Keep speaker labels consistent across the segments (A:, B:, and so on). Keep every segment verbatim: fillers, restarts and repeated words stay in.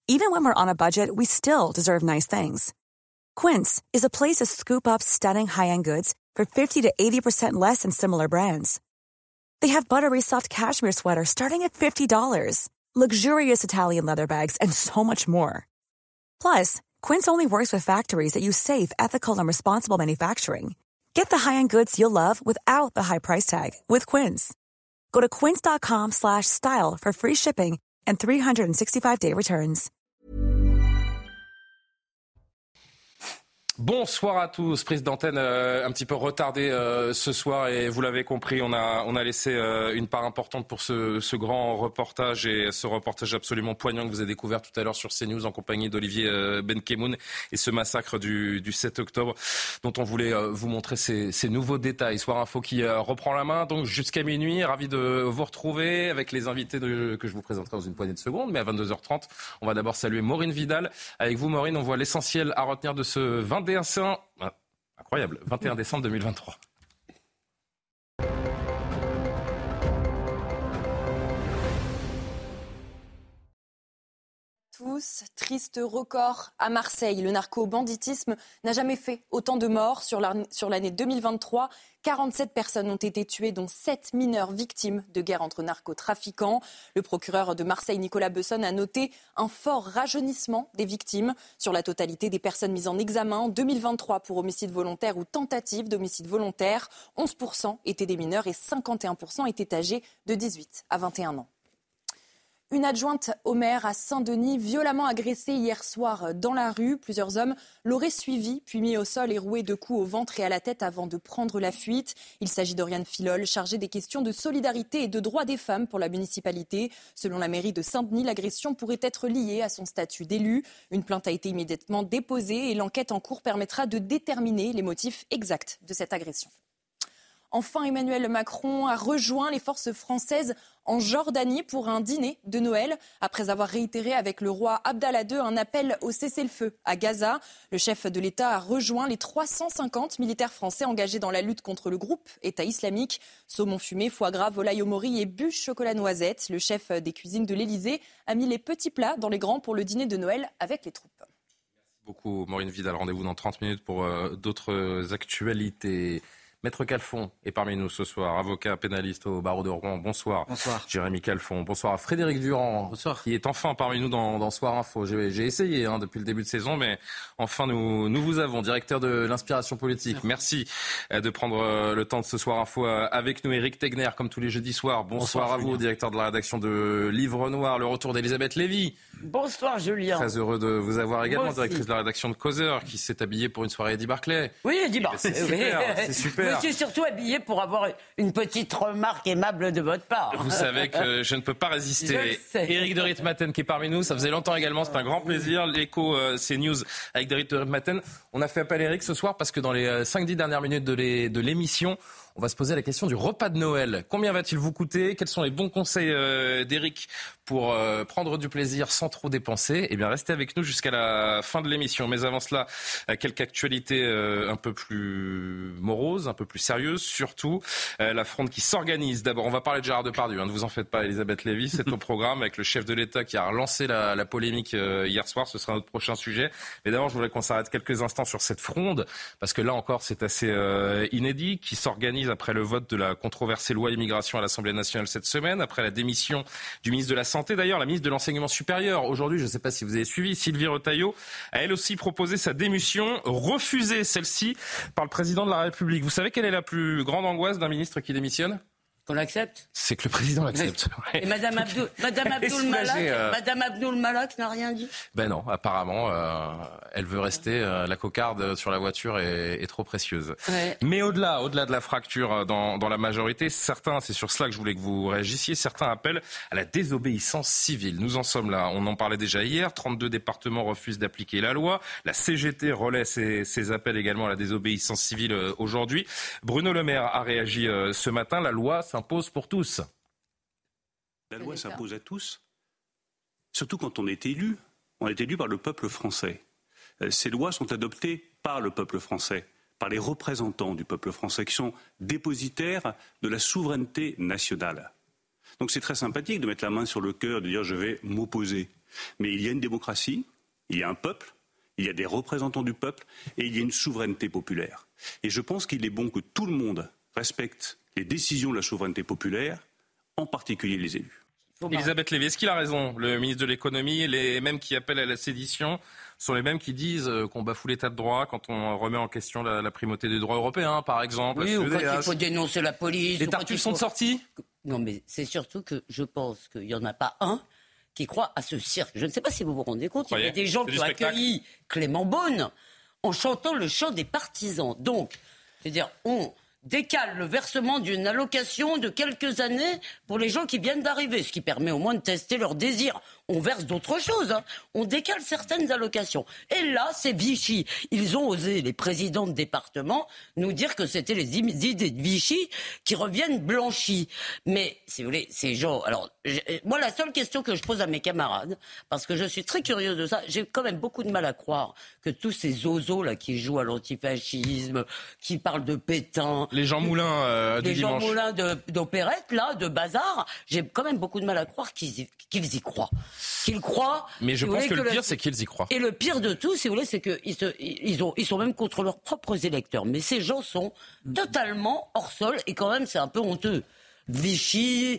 A: Even when we're on a budget, we still deserve nice things. Quince is a place to scoop up stunning high-end goods for fifty to eighty percent less than similar brands. They have buttery soft cashmere sweaters starting at fifty dollars, luxurious Italian leather bags, and so much more. Plus, Quince only works with factories that use safe, ethical, and responsible manufacturing. Get the high-end goods you'll love without the high price tag with Quince. Go to quince.com slash style for free shipping and three sixty-five day returns.
B: Bonsoir à tous, prise d'antenne euh, un petit peu retardée euh, ce soir et vous l'avez compris, on a, on a laissé euh, une part importante pour ce, ce grand reportage et ce reportage absolument poignant que vous avez découvert tout à l'heure sur CNews en compagnie d'Olivier euh, Benkemoun et ce massacre du, du sept octobre dont on voulait euh, vous montrer ces, ces nouveaux détails. Soir Info qui euh, reprend la main donc jusqu'à minuit, ravi de vous retrouver avec les invités de, que je vous présenterai dans une poignée de secondes, mais à vingt-deux heures trente, on va d'abord saluer Maureen Vidal. Avec vous Maureen, on voit l'essentiel à retenir de ce vingt et un ah, incroyable, vingt et un décembre deux mille vingt-trois.
C: Tous, triste record à Marseille. Le narco-banditisme n'a jamais fait autant de morts sur, la, sur l'année deux mille vingt-trois. quarante-sept personnes ont été tuées, dont sept mineurs victimes de guerre entre narcotrafiquants. Le procureur de Marseille, Nicolas Besson, a noté un fort rajeunissement des victimes. Sur la totalité des personnes mises en examen en deux mille vingt-trois pour homicide volontaire ou tentative d'homicide volontaire, onze pour cent étaient des mineurs et cinquante et un pour cent étaient âgés de dix-huit à vingt et un ans. Une adjointe au maire à Saint-Denis, violemment agressée hier soir dans la rue. Plusieurs hommes l'auraient suivie, puis mis au sol et roué de coups au ventre et à la tête avant de prendre la fuite. Il s'agit d'Oriane Filol, chargée des questions de solidarité et de droits des femmes pour la municipalité. Selon la mairie de Saint-Denis, l'agression pourrait être liée à son statut d'élu. Une plainte a été immédiatement déposée et l'enquête en cours permettra de déterminer les motifs exacts de cette agression. Enfin, Emmanuel Macron a rejoint les forces françaises en Jordanie pour un dîner de Noël. Après avoir réitéré avec le roi Abdallah deux un appel au cessez-le-feu à Gaza, le chef de l'État a rejoint les trois cent cinquante militaires français engagés dans la lutte contre le groupe État islamique. Saumon fumé, foie gras, volaille au mori et bûche chocolat noisette. Le chef des cuisines de l'Élysée a mis les petits plats dans les grands pour le dîner de Noël avec les troupes.
B: Merci beaucoup Maureen Vidal. Rendez-vous dans trente minutes pour euh, d'autres actualités. Maître Calfon est parmi nous ce soir, avocat pénaliste au barreau de Rouen. Bonsoir.
D: Bonsoir.
B: Jérémy Calfon. Bonsoir à Frédéric Durand.
D: Bonsoir.
B: Qui est enfin parmi nous dans, dans Soir Info. J'ai, j'ai essayé hein, depuis le début de saison, mais enfin nous, nous vous avons, directeur de l'Inspiration Politique. Merci de prendre le temps de ce Soir Info avec nous. Éric Tegner, comme tous les jeudis soirs. Bonsoir, Bonsoir à vous, directeur de la rédaction de Livre Noir. Le retour d'Elisabeth Lévy.
E: Bonsoir Julien.
B: Très heureux de vous avoir également, directrice de la rédaction de Causeur, qui s'est habillée pour une soirée Eddie Barclay.
E: Oui, Eddie Barclay.
B: C'est super, c'est super.
E: Je suis surtout habillé pour avoir une petite remarque aimable de votre part.
B: Vous savez que je ne peux pas résister. Éric de Ritmaten qui est parmi nous, ça faisait longtemps également, c'est un grand plaisir. L'écho euh, CNews avec Éric de Ritmaten. On a fait appel à Éric ce soir parce que dans les cinq dix dernières minutes de, les, de l'émission, on va se poser la question du repas de Noël. Combien va-t-il vous coûter ? Quels sont les bons conseils euh, d'Éric pour euh, prendre du plaisir sans trop dépenser ? Eh bien, restez avec nous jusqu'à la fin de l'émission. Mais avant cela, euh, quelques actualités euh, un peu plus moroses, un peu plus sérieuses. Surtout, euh, la fronde qui s'organise. D'abord, on va parler de Gérard Depardieu. Hein, ne vous en faites pas, Elisabeth Lévy. C'est au programme avec le chef de l'État qui a relancé la, la polémique euh, hier soir. Ce sera notre prochain sujet. Mais d'abord, je voudrais qu'on s'arrête quelques instants sur cette fronde. Parce que là encore, c'est assez euh, inédit, qui s'organise après le vote de la controversée loi immigration à l'Assemblée nationale cette semaine, après la démission du ministre de la Santé. D'ailleurs, la ministre de l'Enseignement supérieur, aujourd'hui, je ne sais pas si vous avez suivi, Sylvie Retailleau, a elle aussi proposé sa démission, refusée celle-ci par le président de la République. Vous savez quelle est la plus grande angoisse d'un ministre qui démissionne ?
E: Qu'on l'accepte ?
B: C'est que le président l'accepte.
E: Ouais. Et Madame Abdul, Madame Abdul Malak, euh... Madame Abdul Malak n'a rien dit ?
B: Ben non, apparemment, euh, elle veut rester. Euh, la cocarde sur la voiture est, est trop précieuse. Ouais. Mais au-delà, au-delà de la fracture dans, dans la majorité, certains, c'est sur cela que je voulais que vous réagissiez, certains appellent à la désobéissance civile. Nous en sommes là. On en parlait déjà hier. trente-deux départements refusent d'appliquer la loi. La C G T relaie ses, ses appels également à la désobéissance civile euh, aujourd'hui. Bruno Le Maire a réagi euh, ce matin. La loi s'impose pour tous.
F: La loi s'impose à tous, surtout quand on est élu. On est élu par le peuple français. Ces lois sont adoptées par le peuple français, par les représentants du peuple français, qui sont dépositaires de la souveraineté nationale. Donc c'est très sympathique de mettre la main sur le cœur, de dire je vais m'opposer. Mais il y a une démocratie, il y a un peuple, il y a des représentants du peuple et il y a une souveraineté populaire. Et je pense qu'il est bon que tout le monde respecte les décisions de la souveraineté populaire, en particulier les élus.
B: Elisabeth Lévy, est-ce qu'il a raison, le ministre de l'économie? Les mêmes qui appellent à la sédition sont les mêmes qui disent qu'on bafoue l'état de droit quand on remet en question la, la primauté des droits européens, par exemple.
E: Oui, ou quand il faut dénoncer la police.
B: Les tartuffes sont
E: faut...
B: sortis.
E: Non, mais c'est surtout que je pense qu'il n'y en a pas un qui croit à ce cirque. Je ne sais pas si vous vous rendez compte, il y a des gens qui ont accueilli Clément Beaune en chantant le chant des partisans. Donc, c'est-à-dire, on décale le versement d'une allocation de quelques années pour les gens qui viennent d'arriver, ce qui permet au moins de tester leurs désirs. On verse d'autres choses, hein. On décale certaines allocations. Et là, c'est Vichy. Ils ont osé, les présidents de département, nous dire que c'était les idées de Vichy qui reviennent blanchies. Mais, si vous voulez, ces gens... Alors, moi, la seule question que je pose à mes camarades, parce que je suis très curieux de ça, j'ai quand même beaucoup de mal à croire que tous ces zozos là qui jouent à l'antifascisme, qui parlent de Pétain...
B: Les Jean Moulin euh, du
E: les
B: dimanche.
E: Les Jean Moulin de, d'opérette, là, de bazar, j'ai quand même beaucoup de mal à croire qu'ils y, qu'ils y croient. Qu'ils croient.
B: Mais je pense
E: voulez,
B: que, que le pire,
E: le...
B: c'est qu'ils y croient.
E: Et le pire de tout, si vous voulez, c'est qu'ils se, ils ont, ils sont même contre leurs propres électeurs. Mais ces gens sont totalement hors sol et quand même, c'est un peu honteux. Vichy,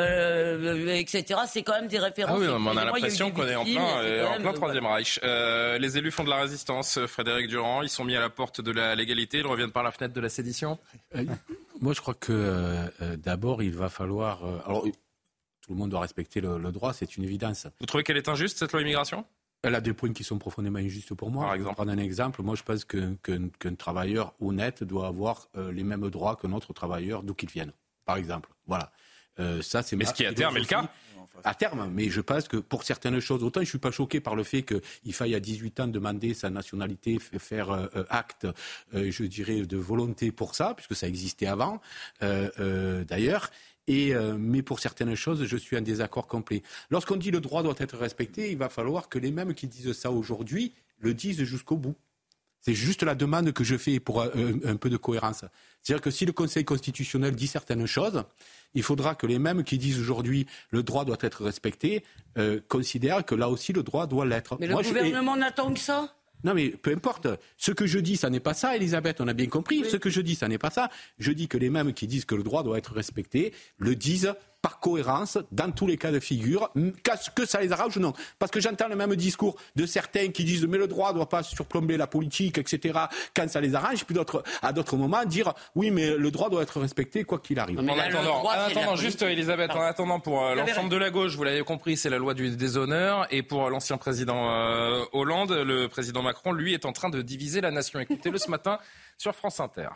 E: euh, et cetera. C'est quand même des références.
B: Ah oui, on a l'impression qu'on est en plein, euh, en plein Troisième Reich. Euh, les élus font de la résistance. Frédéric Durand, ils sont mis à la porte de la légalité. Ils reviennent par la fenêtre de la sédition.
D: Euh, moi, je crois que euh, d'abord, il va falloir. Euh, alors, tout le monde doit respecter le, le droit, c'est une évidence.
B: Vous trouvez qu'elle est injuste, cette loi immigration ?
D: Elle a des points qui sont profondément injustes pour moi. Par exemple. Je vais prendre un exemple. Moi, je pense que, que, qu'un travailleur honnête doit avoir euh, les mêmes droits que notre travailleur d'où qu'il vienne. Par exemple, voilà. Euh, ça, c'est
B: mais ce qui est à terme est le cas.
D: À terme, mais je pense que pour certaines choses, autant je ne suis pas choqué par le fait qu'il faille à dix-huit ans demander sa nationalité, faire euh, acte, euh, je dirais, de volonté pour ça, puisque ça existait avant, euh, euh, d'ailleurs. Et, euh, mais pour certaines choses, je suis en désaccord complet. Lorsqu'on dit le droit doit être respecté, il va falloir que les mêmes qui disent ça aujourd'hui le disent jusqu'au bout. C'est juste la demande que je fais pour un, un peu de cohérence. C'est-à-dire que si le Conseil constitutionnel dit certaines choses, il faudra que les mêmes qui disent aujourd'hui le droit doit être respecté euh, considèrent que là aussi le droit doit l'être.
E: Mais Moi, le gouvernement je... n'attend que ça.
D: Non mais peu importe. Ce que je dis, ça n'est pas ça, Elisabeth, on a bien compris. Oui. Ce que je dis, ça n'est pas ça. Je dis que les mêmes qui disent que le droit doit être respecté le disent par cohérence, dans tous les cas de figure, que ça les arrange ou non. Parce que j'entends le même discours de certains qui disent mais le droit ne doit pas surplomber la politique, et cetera, quand ça les arrange, puis d'autres, à d'autres moments dire oui mais le droit doit être respecté quoi qu'il arrive.
B: Mais en là, attendant, droit, en attendant juste Elisabeth, en attendant pour euh, l'ensemble de la gauche, vous l'avez compris, c'est la loi du déshonneur, et pour l'ancien président euh, Hollande, le président Macron, lui, est en train de diviser la nation. Écoutez-le ce matin sur France Inter.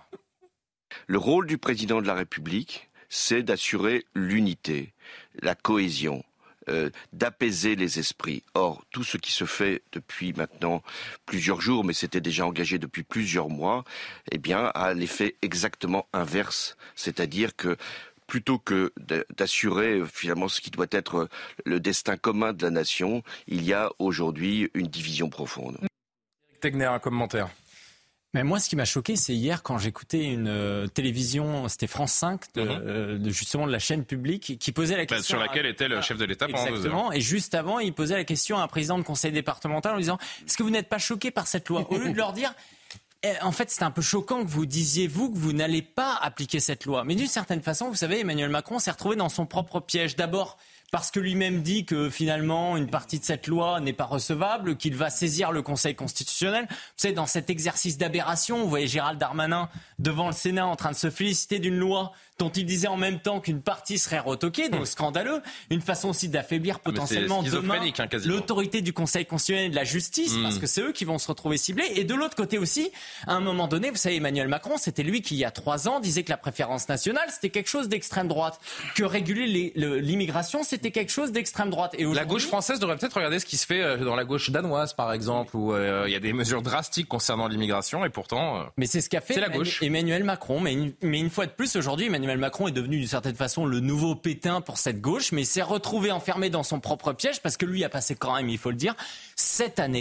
G: Le rôle du président de la République, c'est d'assurer l'unité, la cohésion, euh, d'apaiser les esprits. Or, tout ce qui se fait depuis maintenant plusieurs jours, mais c'était déjà engagé depuis plusieurs mois, eh bien, a l'effet exactement inverse. C'est-à-dire que plutôt que d'assurer finalement ce qui doit être le destin commun de la nation, il y a aujourd'hui une division profonde.
B: Éric Tegner, un commentaire.
H: Mais moi, ce qui m'a choqué, c'est hier quand j'écoutais une euh, télévision, c'était France cinq, de, mm-hmm. euh, de justement de la chaîne publique, qui posait la question...
B: Bah, sur laquelle à... était le chef de l'État pendant deux heures.
H: Exactement, et juste avant, il posait la question à un président de conseil départemental en lui disant « Est-ce que vous n'êtes pas choqué par cette loi ?» Au lieu de leur dire... En fait, c'est un peu choquant que vous disiez, vous, que vous n'allez pas appliquer cette loi. Mais d'une certaine façon, vous savez, Emmanuel Macron s'est retrouvé dans son propre piège. D'abord, parce que lui-même dit que finalement, une partie de cette loi n'est pas recevable, qu'il va saisir le Conseil constitutionnel. Vous savez, dans cet exercice d'aberration, vous voyez Gérald Darmanin devant le Sénat en train de se féliciter d'une loi dont il disait en même temps qu'une partie serait retoquée, donc scandaleux. Une façon aussi d'affaiblir potentiellement
B: ah
H: demain
B: hein,
H: l'autorité du Conseil constitutionnel et de la justice, mmh. parce que c'est eux qui vont se retrouver ciblés. Et de l'autre côté aussi, à un moment donné, vous savez, Emmanuel Macron, c'était lui qui, il y a trois ans, disait que la préférence nationale, c'était quelque chose d'extrême droite. Que réguler les, le, l'immigration, c'était quelque chose d'extrême droite. Et
B: la gauche française devrait peut-être regarder ce qui se fait dans la gauche danoise, par exemple, où euh, il y a des mesures drastiques concernant l'immigration, et pourtant... Euh,
H: mais c'est ce qu'a fait
B: la gauche.
H: Emmanuel Macron. Mais une, mais une fois de plus, aujourd'hui, Emmanuel Macron est devenu d'une certaine façon le nouveau Pétain pour cette gauche, mais il s'est retrouvé enfermé dans son propre piège parce que lui a passé quand même, il faut le dire, sept années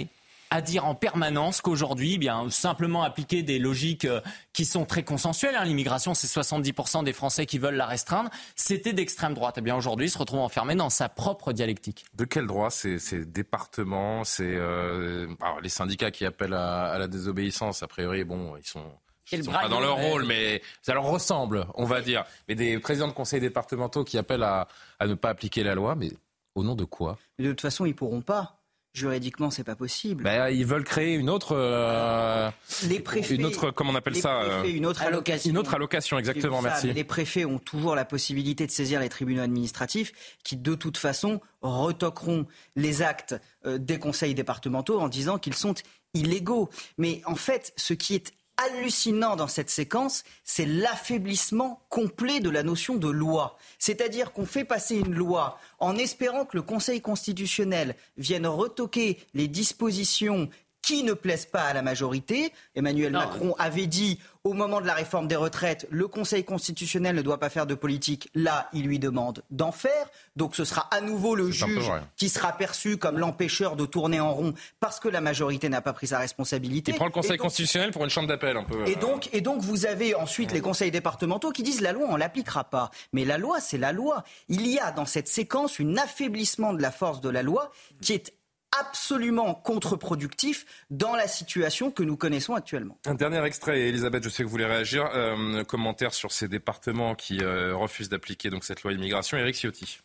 H: à dire en permanence qu'aujourd'hui, eh bien simplement appliquer des logiques euh, qui sont très consensuelles, hein, l'immigration, c'est soixante-dix pour cent des Français qui veulent la restreindre, c'était d'extrême droite. Eh bien aujourd'hui, il se retrouve enfermé dans sa propre dialectique.
B: De quel droit ces, ces départements, ces, euh, alors les syndicats qui appellent à, à la désobéissance, a priori, bon, ils sont... Ils ne sont pas dans leur rôle, mais ça leur ressemble, on va dire. Mais des présidents de conseils départementaux qui appellent à, à ne pas appliquer la loi, mais au nom de quoi ?
I: De toute façon, ils ne pourront pas. Juridiquement, c'est pas possible.
B: Ben, ils veulent créer une autre, euh,
I: les préfets,
B: une autre, comment on appelle ça,
I: préfets, une autre allocation.
B: Une autre allocation, exactement.
I: Ça,
B: merci.
I: Les préfets ont toujours la possibilité de saisir les tribunaux administratifs, qui de toute façon retoqueront les actes euh, des conseils départementaux en disant qu'ils sont illégaux. Mais en fait, ce qui est hallucinant dans cette séquence, c'est l'affaiblissement complet de la notion de loi. C'est-à-dire qu'on fait passer une loi en espérant que le Conseil constitutionnel vienne retoquer les dispositions qui ne plaisent pas à la majorité. Emmanuel non. Macron avait dit au moment de la réforme des retraites, le Conseil constitutionnel ne doit pas faire de politique. Là, il lui demande d'en faire. Donc ce sera à nouveau le C'est juge qui sera perçu comme l'empêcheur de tourner en rond parce que la majorité n'a pas pris sa responsabilité.
B: Il prend le Conseil
I: donc,
B: constitutionnel pour une chambre d'appel un peu.
I: Et donc, et donc vous avez ensuite les conseils départementaux qui disent la loi, on ne l'appliquera pas. Mais la loi, c'est la loi. Il y a dans cette séquence un affaiblissement de la force de la loi qui est absolument contre-productif dans la situation que nous connaissons actuellement.
B: Un dernier extrait, Elisabeth, je sais que vous voulez réagir. Euh, commentaire sur ces départements qui euh, refusent d'appliquer donc, cette loi immigration. Éric Ciotti.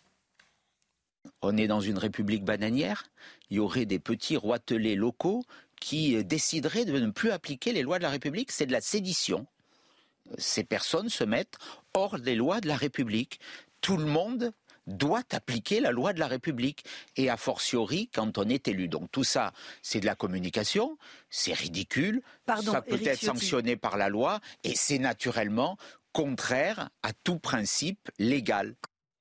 J: On est dans une république bananière. Il y aurait des petits roitelets locaux qui décideraient de ne plus appliquer les lois de la République. C'est de la sédition. Ces personnes se mettent hors des lois de la République. Tout le monde doit appliquer la loi de la République, et a fortiori quand on est élu. Donc tout ça, c'est de la communication, c'est ridicule, Pardon, ça peut Éric être Ciotti. Sanctionné par la loi, et c'est naturellement contraire à tout principe légal.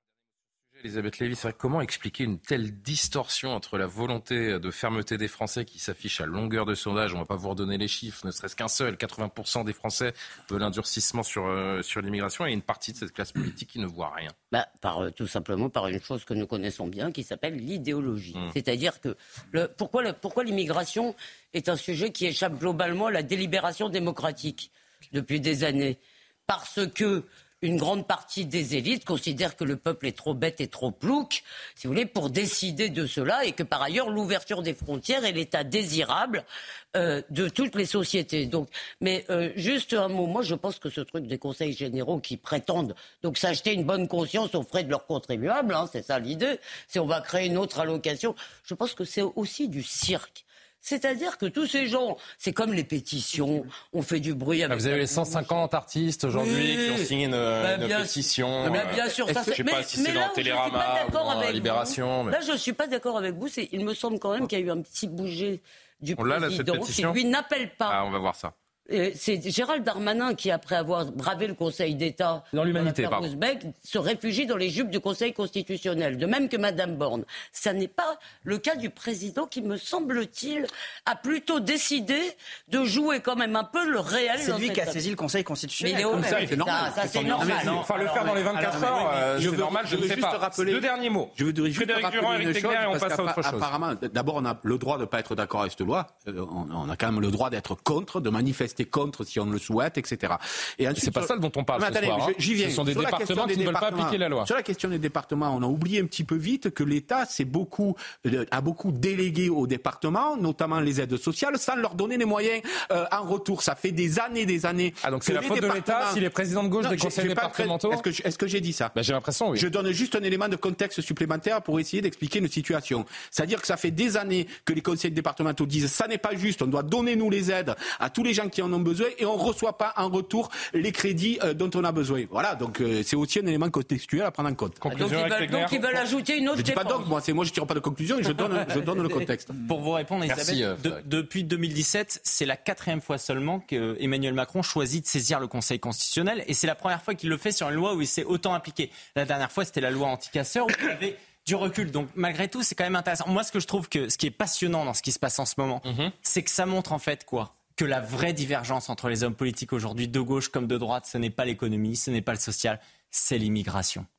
B: Elisabeth Lévy, c'est vrai, comment expliquer une telle distorsion entre la volonté de fermeté des Français qui s'affiche à longueur de sondage, on ne va pas vous redonner les chiffres, ne serait-ce qu'un seul, quatre-vingts pour cent des Français veulent un durcissement sur, euh, sur l'immigration, et une partie de cette classe politique qui ne voit rien.
E: Bah, par, euh, tout simplement par une chose que nous connaissons bien qui s'appelle l'idéologie. Mmh. C'est-à-dire que le, pourquoi, le, pourquoi l'immigration est un sujet qui échappe globalement à la délibération démocratique depuis des années ? Parce que une grande partie des élites considère que le peuple est trop bête et trop plouc, si vous voulez, pour décider de cela, et que par ailleurs l'ouverture des frontières est l'état désirable euh, de toutes les sociétés. Donc, mais euh, juste un mot, moi je pense que ce truc des conseils généraux qui prétendent donc s'acheter une bonne conscience aux frais de leurs contribuables, hein, c'est ça l'idée, c'est on va créer une autre allocation, je pense que c'est aussi du cirque. C'est-à-dire que tous ces gens, c'est comme les pétitions, on fait du bruit avec...
B: Vous avez les cent cinquante artistes aujourd'hui oui. qui ont signé une, bah, une pétition.
E: Bah, bien sûr, ça,
B: je ne sais pas si c'est dans Télérama ou dans Libération.
E: Mais... Là, je ne suis pas d'accord avec vous. C'est... Il me semble quand même qu'il y a eu un petit bouger du
B: on
E: président
B: là,
E: qui, lui, n'appelle pas...
B: Ah, on va voir ça.
E: C'est Gérald Darmanin qui, après avoir bravé le Conseil d'État
B: dans l'humanité,
E: dans Ouzbek, se réfugie dans les jupes du Conseil constitutionnel, de même que Madame Borne. Ça n'est pas le cas du président qui, me semble-t-il, a plutôt décidé de jouer quand même un peu le réel.
I: C'est lui qui a saisi le Conseil constitutionnel.
E: Mais
I: comme
E: ça, c'est normal. Ça, ça c'est normal.
B: Non, enfin, le faire dans les vingt-quatre heures, euh, c'est normal, je ne sais pas. Deux derniers mots.
D: Je veux juste
B: Frédéric Durand, Éric Tegner, et on passe à autre chose.
D: Apparemment, d'abord, on a le droit de ne pas être d'accord avec cette loi. On a quand même le droit d'être contre, de manifester contre si on le souhaite, et cetera. Et ensuite,
B: c'est pas ça dont on parle ce
D: attendez,
B: soir. Hein.
D: J'y viens.
B: Ce sont des départements qui ne veulent pas appliquer la loi.
D: Sur la question des départements, on a oublié un petit peu vite que l'État c'est beaucoup, euh, a beaucoup délégué aux départements, notamment les aides sociales, sans leur donner les moyens euh, en retour. Ça fait des années, des années.
B: Ah donc c'est la faute de l'État si les présidents de gauche non, des conseils départementaux.
D: Est-ce que, est-ce que j'ai dit ça?
B: Ben, j'ai l'impression, oui.
D: Je donne juste un élément de contexte supplémentaire pour essayer d'expliquer une situation. C'est-à-dire que ça fait des années que les conseils départementaux disent ça n'est pas juste, on doit donner nous les aides à tous les gens qui en ont besoin et on reçoit pas en retour les crédits euh, dont on a besoin. Voilà, donc euh, c'est aussi un élément contextuel à prendre en compte.
E: Donc ils, veulent, donc ils veulent ajouter une autre
D: je dis
E: dépense.
D: Pas donc, moi, c'est moi je tire pas de conclusion, je donne, je donne le contexte.
H: Pour vous répondre, Elisabeth, euh, de, depuis deux mille dix-sept, c'est la quatrième fois seulement que Emmanuel Macron choisit de saisir le Conseil constitutionnel, et c'est la première fois qu'il le fait sur une loi où il s'est autant impliqué. La dernière fois, c'était la loi anti-casseurs où il avait du recul. Donc malgré tout, c'est quand même intéressant. Moi, ce que je trouve que ce qui est passionnant dans ce qui se passe en ce moment, mm-hmm. c'est que ça montre en fait quoi que la vraie divergence entre les hommes politiques aujourd'hui, de gauche comme de droite, ce n'est pas l'économie, ce n'est pas le social, c'est l'immigration.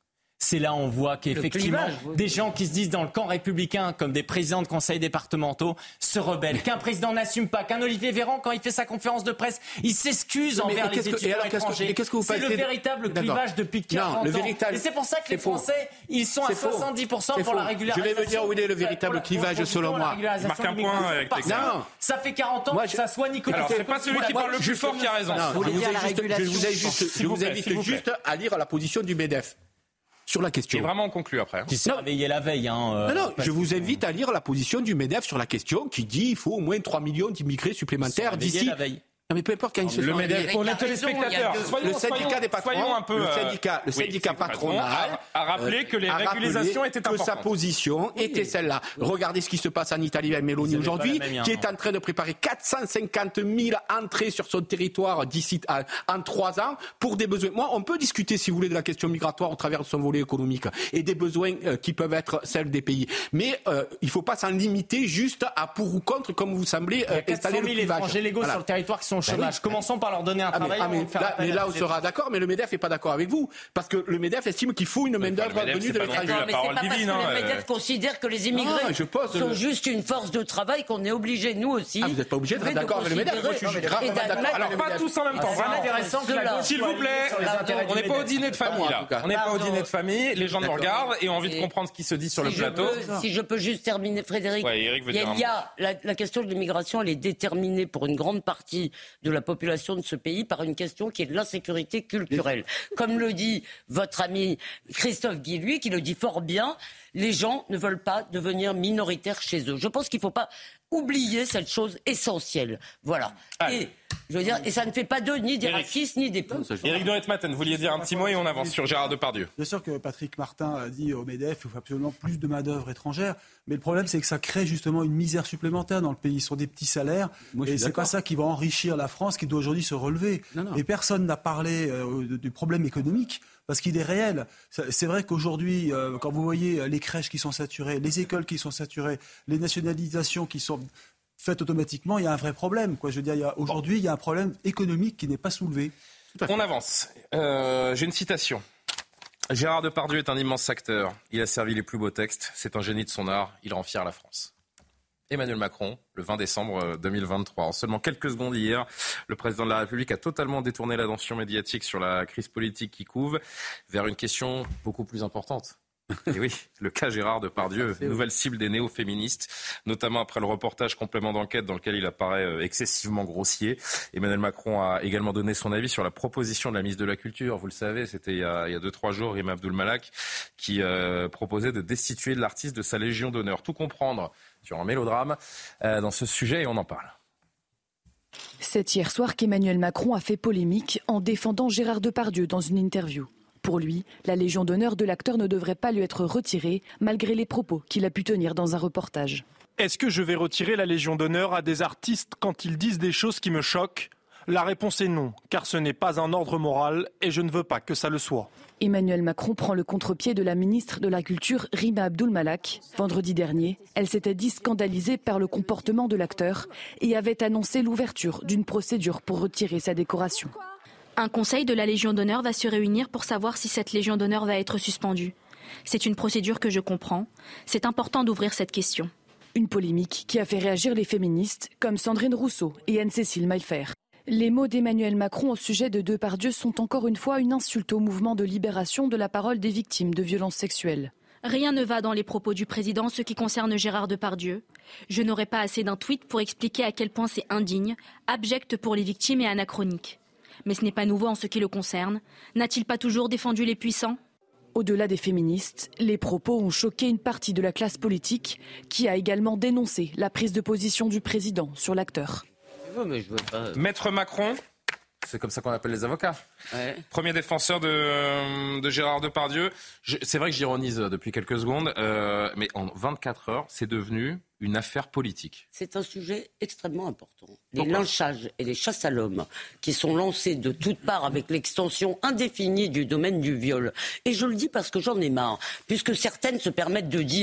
H: c'est là on voit qu'effectivement
E: clivage, oui.
H: des gens qui se disent dans le camp républicain, comme des présidents de conseils départementaux, se rebellent. Qu'un président n'assume pas, qu'un Olivier Véran, quand il fait sa conférence de presse, il s'excuse
D: mais,
H: envers
D: mais
H: les étudiants
D: alors,
H: étrangers.
D: Qu'est-ce que vous
H: c'est le véritable clivage depuis quarante
D: non, le
H: ans.
D: véritable...
H: Et c'est pour ça que les
D: faux.
H: Français, ils sont
D: c'est
H: à soixante-dix pour cent
D: c'est
H: pour
D: faux.
H: la régularisation.
D: Je vais me dire où il est le véritable clivage selon moi.
B: Il marque un point avec les
H: gars. Ça fait quarante ans
D: moi,
H: que ça soit Nicolas.
B: Alors, c'est pas celui qui parle le plus fort qui a raison.
D: Je vous invite juste, je vous invite juste à lire la position du MEDEF sur la question.
B: Et vraiment on conclut après.
H: Qui s'est réveillé la veille. Hein, euh,
D: non, non, je vous invite à lire la position du MEDEF sur la question qui dit qu'il faut au moins trois millions d'immigrés supplémentaires d'ici.
H: La veille.
D: Non, mais peu importe quand ils se
B: le
D: sont
B: MEDEF, pour les téléspectateurs,
D: le syndicat des patrons,
B: un peu,
D: le syndicat, le
B: oui,
D: syndicat patronal
B: a, a rappelé que les régularisations étaient importantes.
D: Que sa position oui. était celle-là. Regardez ce qui se passe en Italie avec Meloni aujourd'hui, qui est en train de préparer quatre cent cinquante mille entrées sur son territoire d'ici à, en trois ans pour des besoins. Moi, on peut discuter, si vous voulez, de la question migratoire au travers de son volet économique et des besoins euh, qui peuvent être celles des pays. Mais euh, il ne faut pas s'en limiter juste à pour ou contre, comme vous semblez euh, installer le clivage.
H: Il y a quatre cent mille étrangers légaux voilà. sur le territoire qui sont au chômage. Ben oui. Commençons par leur donner un ah travail.
D: Mais, ah mais, là, mais là, on sera d'accord, mais le MEDEF n'est pas d'accord avec vous. Parce que le MEDEF estime qu'il faut une main-d'œuvre venue de l'étranger.
E: Mais c'est pas parce que le MEDEF considère que les immigrés ah, sont le... juste une force de travail qu'on est obligé, nous aussi.
D: Ah, vous n'êtes pas obligé d'être d'accord avec le MEDEF. Moi, je suis gravement d'accord.
B: Alors, pas tous en même temps. Vraiment intéressant que la s'il vous plaît, on n'est pas au dîner de famille, là. On n'est pas au dîner de famille. Les gens nous regardent et ont envie de comprendre ce qui se dit sur le plateau.
E: Si je peux juste terminer, Frédéric. Il y a la question de l'immigration, elle est déterminée pour une grande partie de la population de ce pays par une question qui est de l'insécurité culturelle. Comme le dit votre ami Christophe Guilluy, qui le dit fort bien, les gens ne veulent pas devenir minoritaires chez eux. Je pense qu'il ne faut pas oublier cette chose essentielle. Voilà. Allez. Et je veux dire, et ça ne fait pas d'eux ni des Éric. racistes ni des peuples.
B: Éric de Ritmaten, vous vouliez dire un petit mot et on avance sur Gérard Depardieu.
K: Bien sûr que Patrick Martin a dit au MEDEF qu'il faut absolument plus de main-d'œuvre étrangère, mais le problème c'est que ça crée justement une misère supplémentaire dans le pays sur des petits salaires. Moi, et c'est pas ça qui va enrichir la France qui doit aujourd'hui se relever. Non, non. Et personne n'a parlé euh, du problème économique. Parce qu'il est réel. C'est vrai qu'aujourd'hui, euh, quand vous voyez les crèches qui sont saturées, les écoles qui sont saturées, les nationalisations qui sont faites automatiquement, il y a un vrai problème. Quoi. Je veux dire, il y a, aujourd'hui, il y a un problème économique qui n'est pas soulevé.
B: On avance. Euh, j'ai une citation. Gérard Depardieu est un immense acteur. Il a servi les plus beaux textes. C'est un génie de son art. Il rend fier la France. Emmanuel Macron, le vingt décembre deux mille vingt-trois. En seulement quelques secondes hier, le président de la République a totalement détourné l'attention médiatique sur la crise politique qui couve vers une question beaucoup plus importante. Et oui, le cas Gérard Depardieu, nouvelle cible des néo-féministes, notamment après le reportage complément d'enquête dans lequel il apparaît excessivement grossier. Emmanuel Macron a également donné son avis sur la proposition de la ministre de la Culture. Vous le savez, c'était il y a, il y a deux, trois jours, Rima Abdul Malak, qui euh, proposait de destituer l'artiste de sa Légion d'honneur. Tout comprendre sur un mélodrame euh, dans ce sujet et on en parle.
L: C'est hier soir qu'Emmanuel Macron a fait polémique en défendant Gérard Depardieu dans une interview. Pour lui, la Légion d'honneur de l'acteur ne devrait pas lui être retirée, malgré les propos qu'il a pu tenir dans un reportage.
M: Est-ce que je vais retirer la Légion d'honneur à des artistes quand ils disent des choses qui me choquent ? La réponse est non, car ce n'est pas un ordre moral et je ne veux pas que ça le soit.
L: Emmanuel Macron prend le contre-pied de la ministre de la Culture, Rima Abdul Malak. Vendredi dernier, elle s'était dit scandalisée par le comportement de l'acteur et avait annoncé l'ouverture d'une procédure pour retirer sa décoration.
N: Un conseil de la Légion d'honneur va se réunir pour savoir si cette Légion d'honneur va être suspendue. C'est une procédure que je comprends. C'est important d'ouvrir cette question.
L: Une polémique qui a fait réagir les féministes comme Sandrine Rousseau et Anne-Cécile Maillefer. Les mots d'Emmanuel Macron au sujet de Depardieu sont encore une fois une insulte au mouvement de libération de la parole des victimes de violences sexuelles.
N: Rien ne va dans les propos du président, ce qui concerne Gérard Depardieu. Je n'aurai pas assez d'un tweet pour expliquer à quel point c'est indigne, abject pour les victimes et anachronique. Mais ce n'est pas nouveau en ce qui le concerne. N'a-t-il pas toujours défendu les puissants ?
L: Au-delà des féministes, les propos ont choqué une partie de la classe politique qui a également dénoncé la prise de position du président sur l'acteur.
E: Mais je veux pas...
B: Maître Macron, c'est comme ça qu'on appelle les avocats. Ouais. Premier défenseur de, de Gérard Depardieu. Je, c'est vrai que j'ironise depuis quelques secondes, euh, mais en vingt-quatre heures, c'est devenu une affaire politique.
E: C'est un sujet extrêmement important. Les Pourquoi lynchages et les chasses à l'homme qui sont lancés de toutes parts avec l'extension indéfinie du domaine du viol. Et je le dis parce que j'en ai marre, puisque certaines se permettent de dire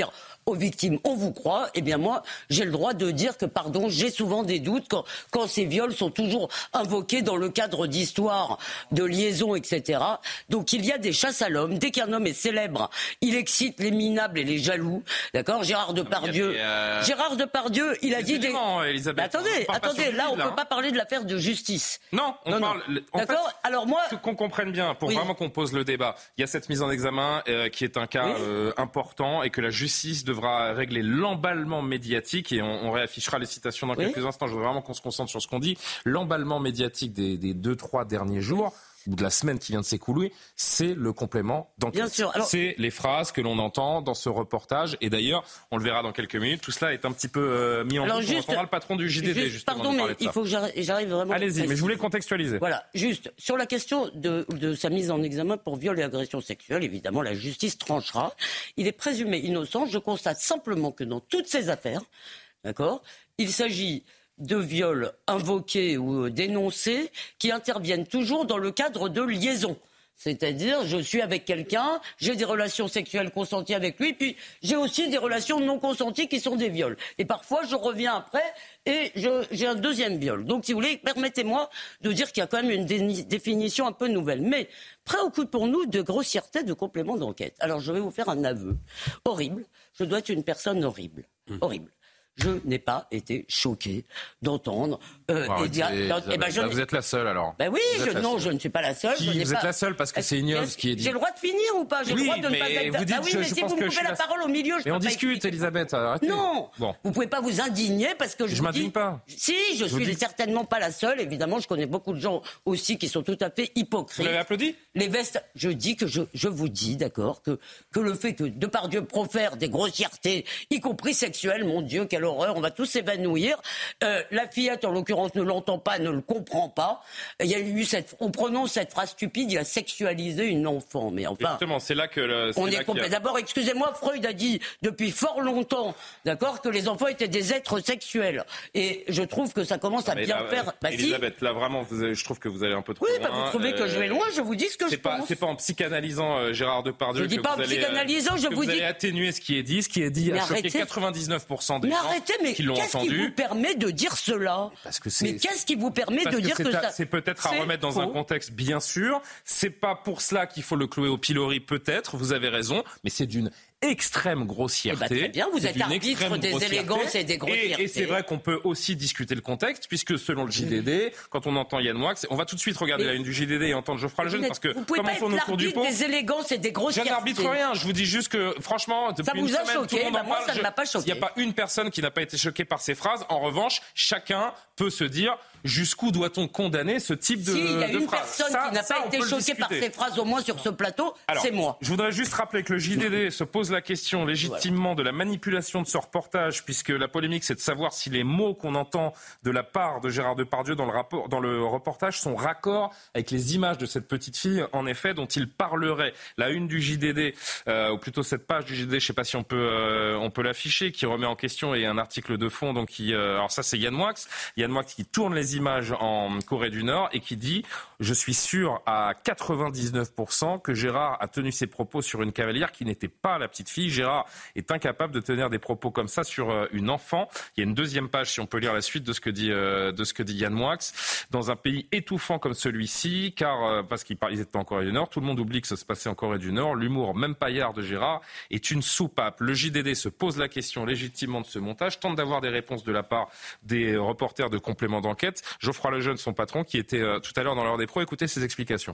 E: aux victimes, on vous croit. Eh bien moi, j'ai le droit de dire que, pardon, j'ai souvent des doutes quand, quand ces viols sont toujours invoqués dans le cadre d'histoires, de liaisons, et cetera. Donc il y a des chasses à l'homme. Dès qu'un homme est célèbre, il excite les minables et les jaloux. D'accord ? Gérard Depardieu. Euh... Gérard Depardieu, il a dit des...
B: Elisabeth,
E: attendez, attendez, là, on ne peut pas parler de l'affaire de justice.
B: Non, on non, parle...
E: Non. D'accord ? Fait, alors moi...
B: qu'on comprenne bien, pour oui. vraiment qu'on pose le débat, il y a cette mise en examen euh, qui est un cas oui. euh, important et que la justice devra régler l'emballement médiatique, et on, on réaffichera les citations dans oui. quelques instants. Je veux vraiment qu'on se concentre sur ce qu'on dit. L'emballement médiatique des, des deux, trois derniers jours, ou de la semaine qui vient de s'écouler, c'est le complément d'enquête. Alors... C'est les phrases que l'on entend dans ce reportage. Et d'ailleurs, on le verra dans quelques minutes, tout cela est un petit peu euh, mis en doute. On entendra le patron du J D D,
E: juste,
B: justement,
E: pardon, mais il faut que j'arrive vraiment...
B: Allez-y, mais je voulais contextualiser.
E: Voilà, juste, sur la question de, de sa mise en examen pour viol et agression sexuelle, évidemment, la justice tranchera. Il est présumé innocent. Je constate simplement que dans toutes ces affaires, d'accord, il s'agit... de viols invoqués ou dénoncés qui interviennent toujours dans le cadre de liaisons. C'est-à-dire, je suis avec quelqu'un, j'ai des relations sexuelles consenties avec lui, puis j'ai aussi des relations non consenties qui sont des viols. Et parfois, je reviens après et je, j'ai un deuxième viol. Donc, si vous voulez, permettez-moi de dire qu'il y a quand même une dé- définition un peu nouvelle. Mais préoccupons-nous de grossièreté de complément d'enquête. Alors, je vais vous faire un aveu horrible. Je dois être une personne horrible. Mmh. Horrible. Je n'ai pas été choqué d'entendre. Euh,
B: wow, et dire, eh ben, je bah, vous êtes la seule alors.
E: Ben oui, je, non, seule. je ne suis pas la seule.
B: Qui,
E: je n'ai
B: vous
E: pas...
B: êtes la seule parce que c'est Ignoz qui est dit.
E: J'ai le droit de finir ou pas ? J'ai
B: oui,
E: le droit de ne pas être.
B: Vous dites, ah oui,
E: je,
B: mais
E: je
B: si
E: vous me coupez la, la parole au milieu, je
B: mais
E: peux
B: on
E: pas
B: discute,
E: expliquer.
B: Elisabeth. Arrêtez.
E: Non, bon. Vous ne pouvez pas vous indigner parce que je.
B: Je
E: vous
B: m'indigne
E: dis...
B: pas.
E: Si, je, je suis
B: dis...
E: certainement pas la seule. Évidemment, je connais beaucoup de gens aussi qui sont tout à fait hypocrites.
B: Vous l'avez applaudi ?
E: Les vestes. Je dis que je, je vous dis, d'accord, que que le fait que Depardieu profère des grossièretés, y compris sexuelles, mon Dieu, quelle horreur, on va tous s'évanouir. Euh, la fillette, en l'occurrence, ne l'entend pas, ne le comprend pas. Il y a eu cette, on prononce cette phrase stupide, il a sexualisé une enfant. Mais enfin,
B: justement, c'est là que le, c'est
E: on
B: là
E: est complet. A... D'abord, excusez-moi, Freud a dit depuis fort longtemps, d'accord, que les enfants étaient des êtres sexuels. Et je trouve que ça commence à mais bien
B: là,
E: faire. Bah,
B: Elisabeth,
E: si.
B: là vraiment, vous avez, je trouve que vous allez un peu trop
E: oui,
B: loin.
E: Oui, bah, vous trouvez euh, que je vais loin. Je vous dis ce que
B: c'est
E: je
B: pas,
E: pense.
B: C'est pas en psychanalysant euh, Gérard Depardieu.
E: Je dis
B: que
E: pas
B: vous
E: en
B: allez,
E: psychanalysant. Je
B: que
E: vous,
B: vous
E: dis.
B: allez atténuer ce qui est dit, ce qui est dit a choqué quatre-vingt-dix-neuf pour cent des
E: mais
B: gens
E: arrêtez, mais
B: qui l'ont
E: qu'est-ce
B: entendu.
E: Qui vous permet de dire cela ?
B: Parce que c'est,
E: mais qu'est-ce qui vous permet
B: parce
E: de
B: que
E: dire
B: c'est
E: que
B: à,
E: ça
B: c'est peut-être à
E: c'est
B: remettre dans
E: faux.
B: un contexte, bien sûr. C'est pas pour cela qu'il faut le clouer au pilori, peut-être. Vous avez raison, mais c'est d'une extrême grossièreté.
E: Eh ben, très bien, vous êtes arbitre des élégances et des grossièretés.
B: Et, et c'est vrai qu'on peut aussi discuter le contexte, puisque selon le J D D, quand on entend Yann Moix, on va tout de suite regarder mais la une du J D D et entendre Geoffroy Lejeune, parce que
E: vous pouvez
B: comme
E: pas
B: on tourne autour du pot,
E: des élégances et des grossièretés.
B: Je n'arbitre rien. Je vous dis juste que, franchement, depuis
E: ça vous
B: une
E: a
B: semaine,
E: choqué,
B: tout le monde
E: bah
B: en
E: moi,
B: parle.
E: ça ne m'a pas choqué.
B: Il n'y a pas une personne qui n'a pas été choquée par ces phrases. En revanche, chacun peut se dire jusqu'où doit-on condamner ce type de,
E: si, il y a
B: de
E: une
B: phrase.
E: personne
B: ça,
E: qui n'a
B: ça,
E: pas été choquée par ces phrases, au moins sur ce plateau,
B: alors,
E: c'est moi.
B: Je voudrais juste rappeler que le J D D se pose la question légitimement voilà. de la manipulation de ce reportage, puisque la polémique, c'est de savoir si les mots qu'on entend de la part de Gérard Depardieu dans le, rapport, dans le reportage sont raccords avec les images de cette petite fille, en effet, dont il parlerait. La une du J D D, euh, ou plutôt cette page du J D D, je ne sais pas si on peut, euh, on peut l'afficher, qui remet en question, et un article de fond, donc qui, euh, alors ça c'est Yann Moix, Yann Moix qui tourne les images en Corée du Nord et qui dit « Je suis sûr à quatre-vingt-dix-neuf pour cent que Gérard a tenu ses propos sur une cavalière qui n'était pas la petite fille. Gérard est incapable de tenir des propos comme ça sur euh, une enfant. » Il y a une deuxième page, si on peut lire la suite de ce que dit, euh, de ce que dit Yann Moix. Dans un pays étouffant comme celui-ci, car euh, parce qu'ils ils étaient en Corée du Nord, tout le monde oublie que ça se passait en Corée du Nord. L'humour, même paillard de Gérard, est une soupape. Le J D D se pose la question légitimement de ce montage, tente d'avoir des réponses de la part des reporters de complément d'enquête. Geoffroy Lejeune, son patron, qui était euh, tout à l'heure dans l'heure des pros, écoutez ses explications.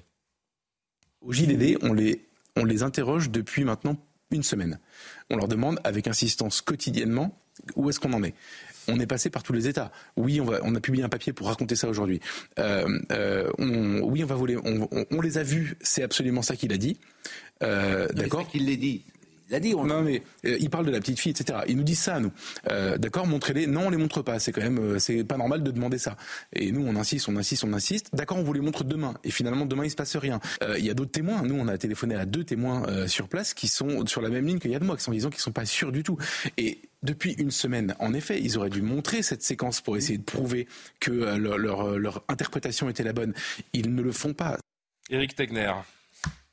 O: Au J D D, on les, on les interroge depuis maintenant une semaine. On leur demande avec insistance quotidiennement où est-ce qu'on en est. On est passé par tous les États. Oui, on, va, on a publié un papier pour raconter ça aujourd'hui. Euh, euh, on, oui, on va voler. On, on, on les a vus. C'est absolument ça qu'il a dit. Euh, d'accord.
D: C'est ça qu'il l'a dit. Il a dit. On
O: non mais euh, il parle de la petite fille, et cetera. Ils nous disent ça à nous. Euh, d'accord, montrez-les. Non, on les montre pas. C'est quand même, euh, c'est pas normal de demander ça. Et nous, on insiste, on insiste, on insiste. D'accord, on vous les montre demain. Et finalement, demain, il se passe rien. Il euh, y a d'autres témoins. Nous, on a téléphoné à deux témoins euh, sur place qui sont sur la même ligne que Yann Moix, en disant qu'ils sont pas sûrs du tout. Et depuis une semaine, en effet, ils auraient dû montrer cette séquence pour essayer de prouver que euh, leur, leur, leur interprétation était la bonne. Ils ne le font pas.
B: Éric Tegner.
L: Ce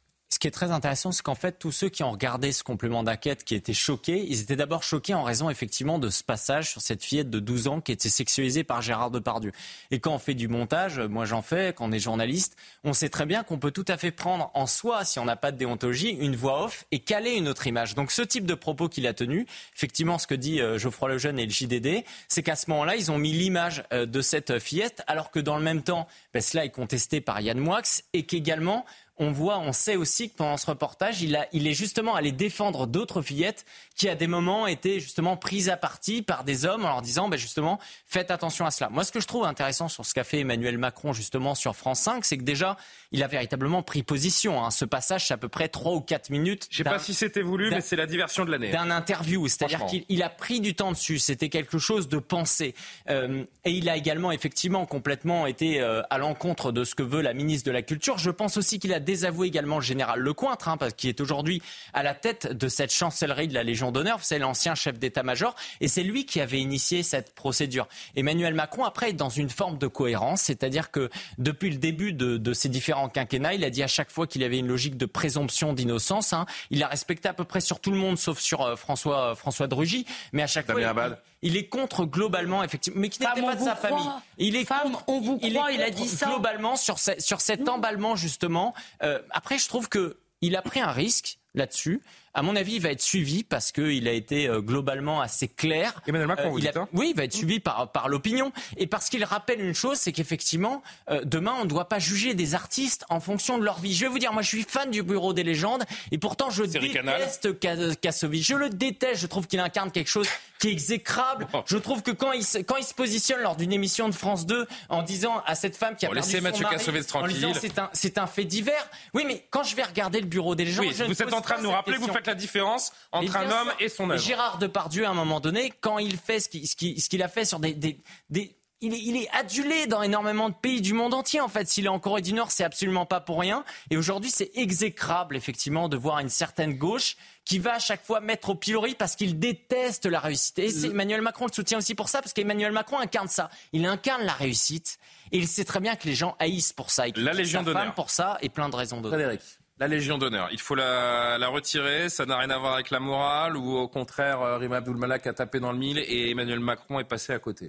H: qui est très intéressant, c'est qu'en fait, tous ceux qui ont regardé ce complément d'enquête, qui étaient choqués, ils étaient d'abord choqués en raison effectivement de ce passage sur cette fillette de douze ans qui était sexualisée par Gérard Depardieu. Et quand on fait du montage, moi j'en fais, quand on est journaliste, on sait très bien qu'on peut tout à fait prendre en soi, si on n'a pas de déontologie, une voix off et caler une autre image. Donc ce type de propos qu'il a tenu, effectivement ce que dit euh, Geoffroy Lejeune et le J D D, c'est qu'à ce moment-là, ils ont mis l'image euh, de cette fillette, alors que dans le même temps, ben, cela est contesté par Yann Moix, et qu'également, on voit, on sait aussi que pendant ce reportage, il, a, il est justement allé défendre d'autres fillettes qui, à des moments, étaient justement prises à partie par des hommes en leur disant, ben justement, faites attention à cela. Moi, ce que je trouve intéressant sur ce qu'a fait Emmanuel Macron, justement, sur France cinq, c'est que déjà, il a véritablement pris position. Hein. Ce passage, c'est à peu près trois ou quatre minutes.
B: Je ne sais pas si c'était voulu, mais c'est la diversion de l'année.
H: D'un interview, c'est-à-dire qu'il il a pris du temps dessus. C'était quelque chose de pensé. Euh, et il a également, effectivement, complètement été euh, à l'encontre de ce que veut la ministre de la Culture. Je pense aussi qu'il a désavoué également le général Lecointre, hein, qui est aujourd'hui à la tête de cette chancellerie de la Légion d'honneur. C'est l'ancien chef d'état-major, et c'est lui qui avait initié cette procédure. Emmanuel Macron, après, est dans une forme de cohérence, c'est-à-dire que depuis le début de, de ces différents quinquennats, il a dit à chaque fois qu'il y avait une logique de présomption d'innocence. Hein. Il a respecté à peu près sur tout le monde, sauf sur euh, François, euh, François de Rugy, mais à chaque
B: Damien
H: fois... Il, il est contre globalement, effectivement, mais qui n'était pas de sa
E: croit.
H: famille. Il est
E: Femme,
H: contre,
E: on vous
H: il
E: croit,
H: est
E: il a dit ça.
H: Globalement, sur, ce, sur cet emballement, justement. Euh, après, je trouve qu'il a pris un risque là-dessus. À mon avis, il va être suivi parce qu'il a été euh, globalement assez clair.
B: Emmanuel Macron, euh, vous
H: il
B: dites,
H: a,
B: hein
H: Oui, il va être suivi par, par l'opinion. Et parce qu'il rappelle une chose, c'est qu'effectivement, euh, demain, on ne doit pas juger des artistes en fonction de leur vie. Je vais vous dire, moi, je suis fan du Bureau des légendes. Et pourtant, je
B: Série
H: déteste Kassovitz. Je le déteste. Je trouve qu'il incarne quelque chose qui est exécrable. Oh. Je trouve que quand il, se, quand il se positionne lors d'une émission de France deux en disant à cette femme qui a
B: bon,
H: perdu son
B: Mathieu
H: mari,
B: Kassovitz tranquille.
H: en disant c'est un, c'est un fait divers. Oui, mais quand je vais regarder le Bureau des légendes,
B: oui,
H: je
B: vous êtes en train de nous rappeler que vous faites la différence entre un homme et son œuvre.
H: Gérard Depardieu, à un moment donné, quand il fait ce qu'il, ce qu'il, ce qu'il a fait sur des... des, des Il est, il est adulé dans énormément de pays du monde entier. En fait, s'il est en Corée du Nord, c'est absolument pas pour rien. Et aujourd'hui, c'est exécrable, effectivement, de voir une certaine gauche qui va à chaque fois mettre au pilori parce qu'il déteste la réussite. Et c'est, Emmanuel Macron le soutient aussi pour ça, parce qu'Emmanuel Macron incarne ça. Il incarne la réussite. Et il sait très bien que les gens haïssent pour ça. Et
B: la Légion d'honneur.
H: pour ça, et plein de raisons d'autres.
B: Frédéric. La Légion d'honneur, il faut la, la retirer, ça n'a rien à voir avec la morale, ou au contraire, Rima Abdul-Malak a tapé dans le mille et Emmanuel Macron est passé à côté.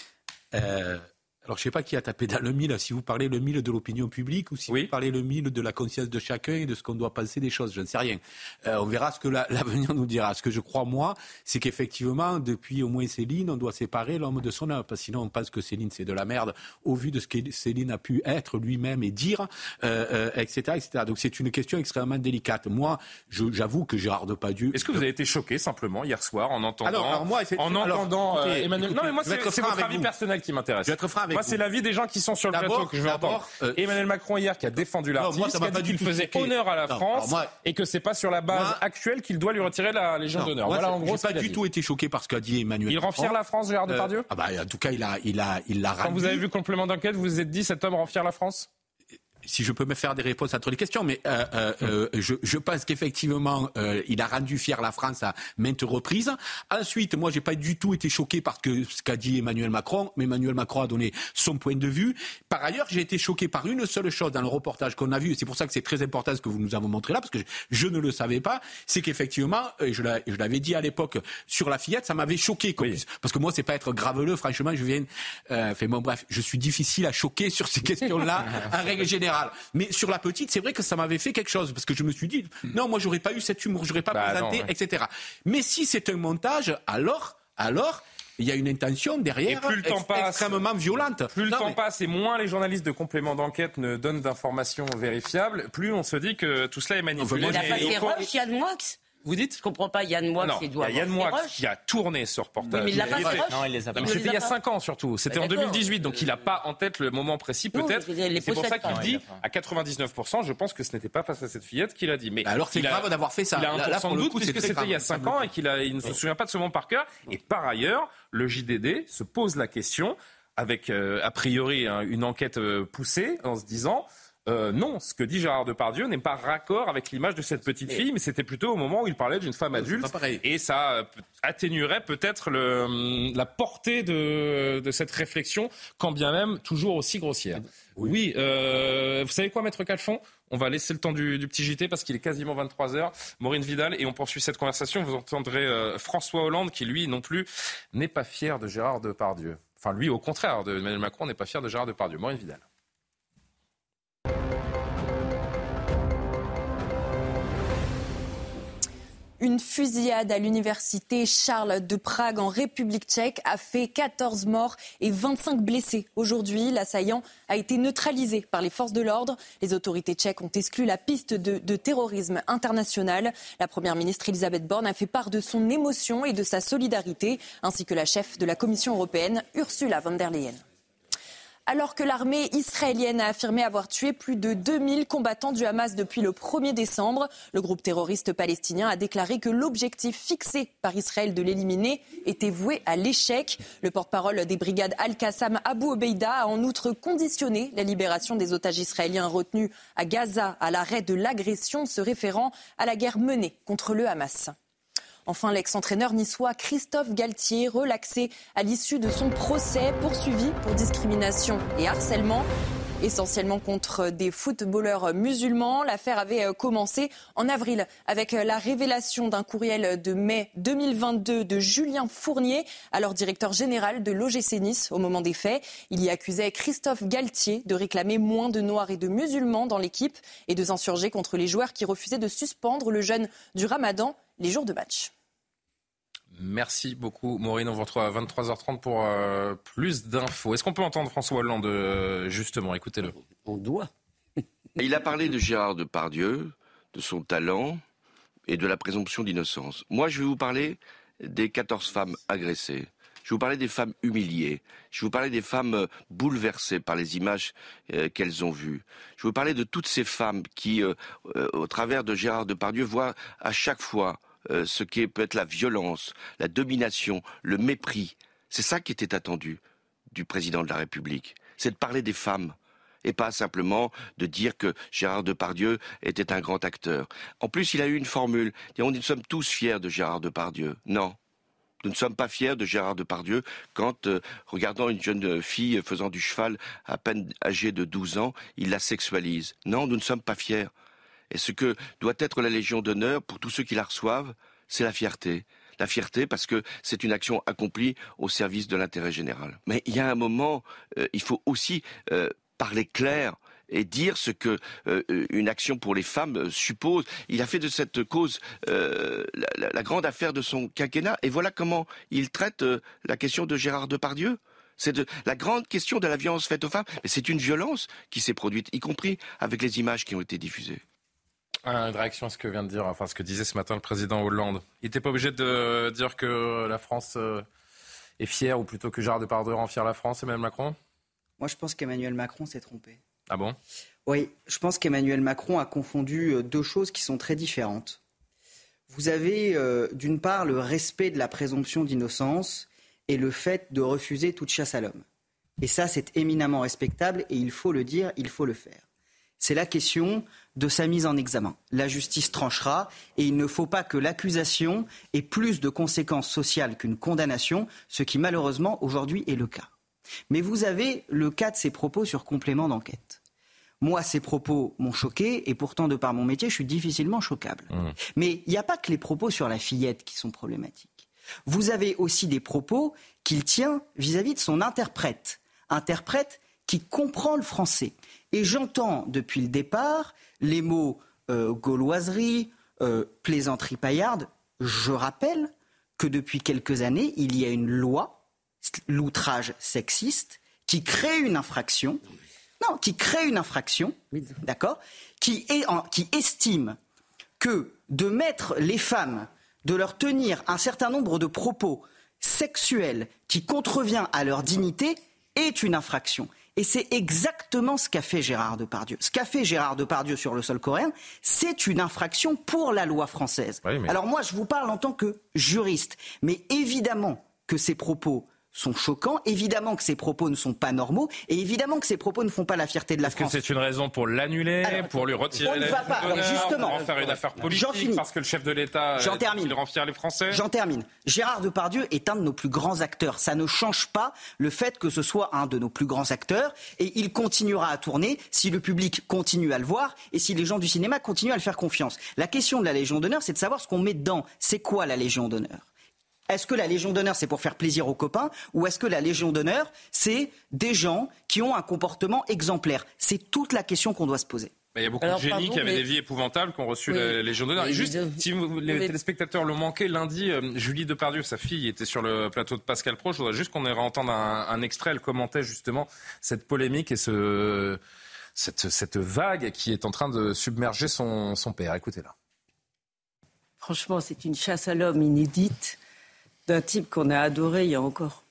D: Euh, alors je ne sais pas qui a tapé dans le mille, si vous parlez le mille de l'opinion publique ou si oui. vous parlez le mille de la conscience de chacun et de ce qu'on doit penser des choses, je ne sais rien. Euh, on verra ce que la, l'avenir nous dira. Ce que je crois, moi, c'est qu'effectivement, depuis au moins Céline, on doit séparer l'homme de son œuvre, parce que sinon on pense que Céline c'est de la merde, au vu de ce que Céline a pu être lui-même et dire, euh, euh, et cetera, et cetera. Donc c'est une question extrêmement délicate. Moi, je, j'avoue que Gérard Depardieu...
B: Est-ce que vous avez été choqué simplement hier soir en entendant, alors, alors moi, en
D: alors,
B: entendant
D: écoutez,
B: euh, Emmanuel...
D: Écoutez,
B: non mais moi c'est, c'est votre avis vous. personnel qui m'intéresse.
D: Je vais être franc avec
B: moi
D: vous.
B: c'est l'avis des gens qui sont sur le
D: d'abord,
B: plateau que je veux entendre. Euh, Emmanuel Macron hier qui a défendu l'artiste, non, moi, qui a dit qu'il faisait choqué. honneur à la non, France moi, et que c'est pas sur la base moi, actuelle qu'il doit lui retirer la Légion non, d'honneur.
D: Moi,
B: voilà en gros.
D: J'ai pas du dit. tout été choqué par ce qu'a dit Emmanuel.
B: Il rend fier la France, Gérard Depardieu.
D: Euh, ah bah en tout cas il a il a il l'a.
B: Quand vous avez vu complément d'enquête, vous vous êtes dit cet homme rend fier la France?
D: Si je peux me faire des réponses entre les questions, mais euh, euh, euh, je, je pense qu'effectivement, euh, il a rendu fier la France à maintes reprises. Ensuite, moi, j'ai pas du tout été choqué par que, ce qu'a dit Emmanuel Macron, mais Emmanuel Macron a donné son point de vue. Par ailleurs, j'ai été choqué par une seule chose dans le reportage qu'on a vu, et c'est pour ça que c'est très important ce que vous nous avez montré là, parce que je, je ne le savais pas, c'est qu'effectivement, et je, je l'avais dit à l'époque sur la fillette, ça m'avait choqué, oui. Parce que moi, c'est pas être graveleux, franchement, je viens, euh, enfin bon, bref, je suis difficile à choquer sur ces questions-là, en règle générale. Mais sur la petite, c'est vrai que ça m'avait fait quelque chose, parce que je me suis dit, non, moi, j'aurais pas eu cet humour, j'aurais pas bah présenté, non, ouais. et cetera. Mais si c'est un montage, alors, alors, il y a une intention derrière
B: et plus le temps
D: ex-
B: passe,
D: extrêmement violente.
B: Plus le
D: non,
B: temps
D: mais...
B: passe et moins les journalistes de complément d'enquête ne donnent d'informations vérifiables, plus on se dit que tout cela est manipulé.
E: Il n'a pas fait rush, Yann Moix.
B: Vous dites?
E: Je comprends pas, Yann Moix, il doit
B: il y a Yann Moix qui a tourné ce reportage.
E: Oui, mais il l'a pas fait.
H: Non, il les a pas.
B: Mais c'était il y a cinq ans surtout. C'était en deux mille dix-huit, donc il n'a pas en tête le moment précis peut-être. Non, et c'est pour ça qu'il dit à quatre-vingt-dix-neuf pour cent, je pense que ce n'était pas face à cette fillette qu'il a dit. Mais
D: alors c'est grave d'avoir fait ça.
B: Il a un
D: là, là,
B: pour cent de doute puisque c'était il y a cinq ans et qu'il a, il ne se souvient pas de ce moment par cœur. Et par ailleurs, le J D D se pose la question avec euh, a priori hein, une enquête euh, poussée en se disant. Euh, non, ce que dit Gérard Depardieu n'est pas raccord avec l'image de cette petite fille, mais c'était plutôt au moment où il parlait d'une femme adulte, et ça euh, atténuerait peut-être le, la portée de, de cette réflexion, quand bien même toujours aussi grossière. Oui, oui euh, vous savez quoi, Maître Calfon ? On va laisser le temps du, du petit J T parce qu'il est quasiment vingt-trois heures. Maureen Vidal, et on poursuit cette conversation. Vous entendrez euh, François Hollande qui, lui, non plus, n'est pas fier de Gérard Depardieu. Enfin, lui, au contraire, de Emmanuel Macron n'est pas fier de Gérard Depardieu. Maureen Vidal.
C: Une fusillade à l'université Charles de Prague en République tchèque a fait quatorze morts et vingt-cinq blessés. Aujourd'hui, l'assaillant a été neutralisé par les forces de l'ordre. Les autorités tchèques ont exclu la piste de, de terrorisme international. La première ministre Elisabeth Borne a fait part de son émotion et de sa solidarité, ainsi que la chef de la Commission européenne, Ursula von der Leyen. Alors que l'armée israélienne a affirmé avoir tué plus de deux mille combattants du Hamas depuis le premier décembre, le groupe terroriste palestinien a déclaré que l'objectif fixé par Israël de l'éliminer était voué à l'échec. Le porte-parole des brigades Al-Qassam Abu Obeida a en outre conditionné la libération des otages israéliens retenus à Gaza à l'arrêt de l'agression, se référant à la guerre menée contre le Hamas. Enfin, l'ex-entraîneur niçois Christophe Galtier, relaxé à l'issue de son procès, poursuivi pour discrimination et harcèlement, essentiellement contre des footballeurs musulmans. L'affaire avait commencé en avril avec la révélation d'un courriel de mai deux mille vingt-deux de Julien Fournier, alors directeur général de l'O G C Nice au moment des faits. Il y accusait Christophe Galtier de réclamer moins de noirs et de musulmans dans l'équipe et de s'insurger contre les joueurs qui refusaient de suspendre le jeûne du Ramadan les jours de match.
B: Merci beaucoup Maureen, on vous retrouve à vingt-trois heures trente pour euh, plus d'infos. Est-ce qu'on peut entendre François Hollande euh, justement? Écoutez-le.
E: On doit.
G: Il a parlé de Gérard Depardieu, de son talent et de la présomption d'innocence. Moi, je vais vous parler des quatorze femmes agressées. Je vais vous parler des femmes humiliées. Je vais vous parler des femmes bouleversées par les images euh, qu'elles ont vues. Je vais vous parler de toutes ces femmes qui, euh, euh, au travers de Gérard Depardieu, voient à chaque fois euh, ce qui peut être la violence, la domination, le mépris. C'est ça qui était attendu du président de la République. C'est de parler des femmes et pas simplement de dire que Gérard Depardieu était un grand acteur. En plus, il a eu une formule. Nous sommes tous fiers de Gérard Depardieu. Non. Nous ne sommes pas fiers de Gérard Depardieu quand, euh, regardant une jeune fille faisant du cheval à peine âgée de douze ans, il la sexualise. Non, nous ne sommes pas fiers. Et ce que doit être la Légion d'honneur pour tous ceux qui la reçoivent, c'est la fierté. La fierté parce que c'est une action accomplie au service de l'intérêt général. Mais il y a un moment, euh, il faut aussi euh, parler clair et dire ce que euh, une action pour les femmes euh, suppose. Il a fait de cette cause euh, la, la, la grande affaire de son quinquennat. Et voilà comment il traite euh, la question de Gérard Depardieu. C'est de, la grande question de la violence faite aux femmes. Mais c'est une violence qui s'est produite, y compris avec les images qui ont été diffusées.
B: Ah, une réaction à ce que vient de dire, enfin ce que disait ce matin le président Hollande. Il n'était pas obligé de dire que la France euh, est fière, ou plutôt que Gérard Depardieu rend fière la France, Emmanuel Macron?
I: Moi, je pense qu'Emmanuel Macron s'est trompé.
B: Ah bon?
I: Oui, je pense qu'Emmanuel Macron a confondu deux choses qui sont très différentes. Vous avez euh, d'une part le respect de la présomption d'innocence et le fait de refuser toute chasse à l'homme. Et ça, c'est éminemment respectable et il faut le dire, il faut le faire. C'est la question de sa mise en examen. La justice tranchera et il ne faut pas que l'accusation ait plus de conséquences sociales qu'une condamnation, ce qui malheureusement aujourd'hui est le cas. Mais vous avez le cas de ses propos sur complément d'enquête. Moi, ces propos m'ont choqué et pourtant, de par mon métier, je suis difficilement choquable. Mmh. Mais il n'y a pas que les propos sur la fillette qui sont problématiques. Vous avez aussi des propos qu'il tient vis-à-vis de son interprète. Interprète qui comprend le français. Et j'entends depuis le départ les mots euh, gauloiserie, euh, plaisanterie paillarde. Je rappelle que depuis quelques années, il y a une loi, l'outrage sexiste, qui crée une infraction, non, qui crée une infraction, d'accord, qui, est en, qui estime que de mettre les femmes, de leur tenir un certain nombre de propos sexuels qui contrevient à leur dignité est une infraction. Et c'est exactement ce qu'a fait Gérard Depardieu. Ce qu'a fait Gérard Depardieu sur le sol coréen, c'est une infraction pour la loi française. Oui, mais... Alors moi, je vous parle en tant que juriste. Mais évidemment que ces propos sont choquants. Évidemment que ces propos ne sont pas normaux et évidemment que ces propos ne font pas la fierté de la
B: Est-ce
I: France.
B: Est-ce que c'est une raison pour l'annuler, Alors, pour lui retirer la Légion d'honneur, justement, pour en faire une affaire politique parce que le chef de l'État
I: J'en termine.
B: il rend fier les Français?
I: J'en termine. Gérard Depardieu est un de nos plus grands acteurs. Ça ne change pas le fait que ce soit un de nos plus grands acteurs et il continuera à tourner si le public continue à le voir et si les gens du cinéma continuent à le faire confiance. La question de la Légion d'honneur, c'est de savoir ce qu'on met dedans. C'est quoi la Légion d'honneur ? Est-ce que la Légion d'honneur, c'est pour faire plaisir aux copains ou est-ce que la Légion d'honneur, c'est des gens qui ont un comportement exemplaire ? C'est toute la question qu'on doit se poser.
B: Il y a beaucoup Alors, de génies pardon, qui avaient mais... des vies épouvantables, qui ont reçu oui. la Légion d'honneur. Et juste, si vous, les mais... téléspectateurs l'ont manqué, lundi, euh, Julie Depardieu, sa fille, était sur le plateau de Pascal Praud. Je voudrais juste qu'on ait entendre un, un extrait. Elle commentait justement cette polémique et ce, cette, cette vague qui est en train de submerger son, son père. Écoutez-la.
P: Franchement, c'est une chasse à l'homme inédite d'un type qu'on a adoré il y a encore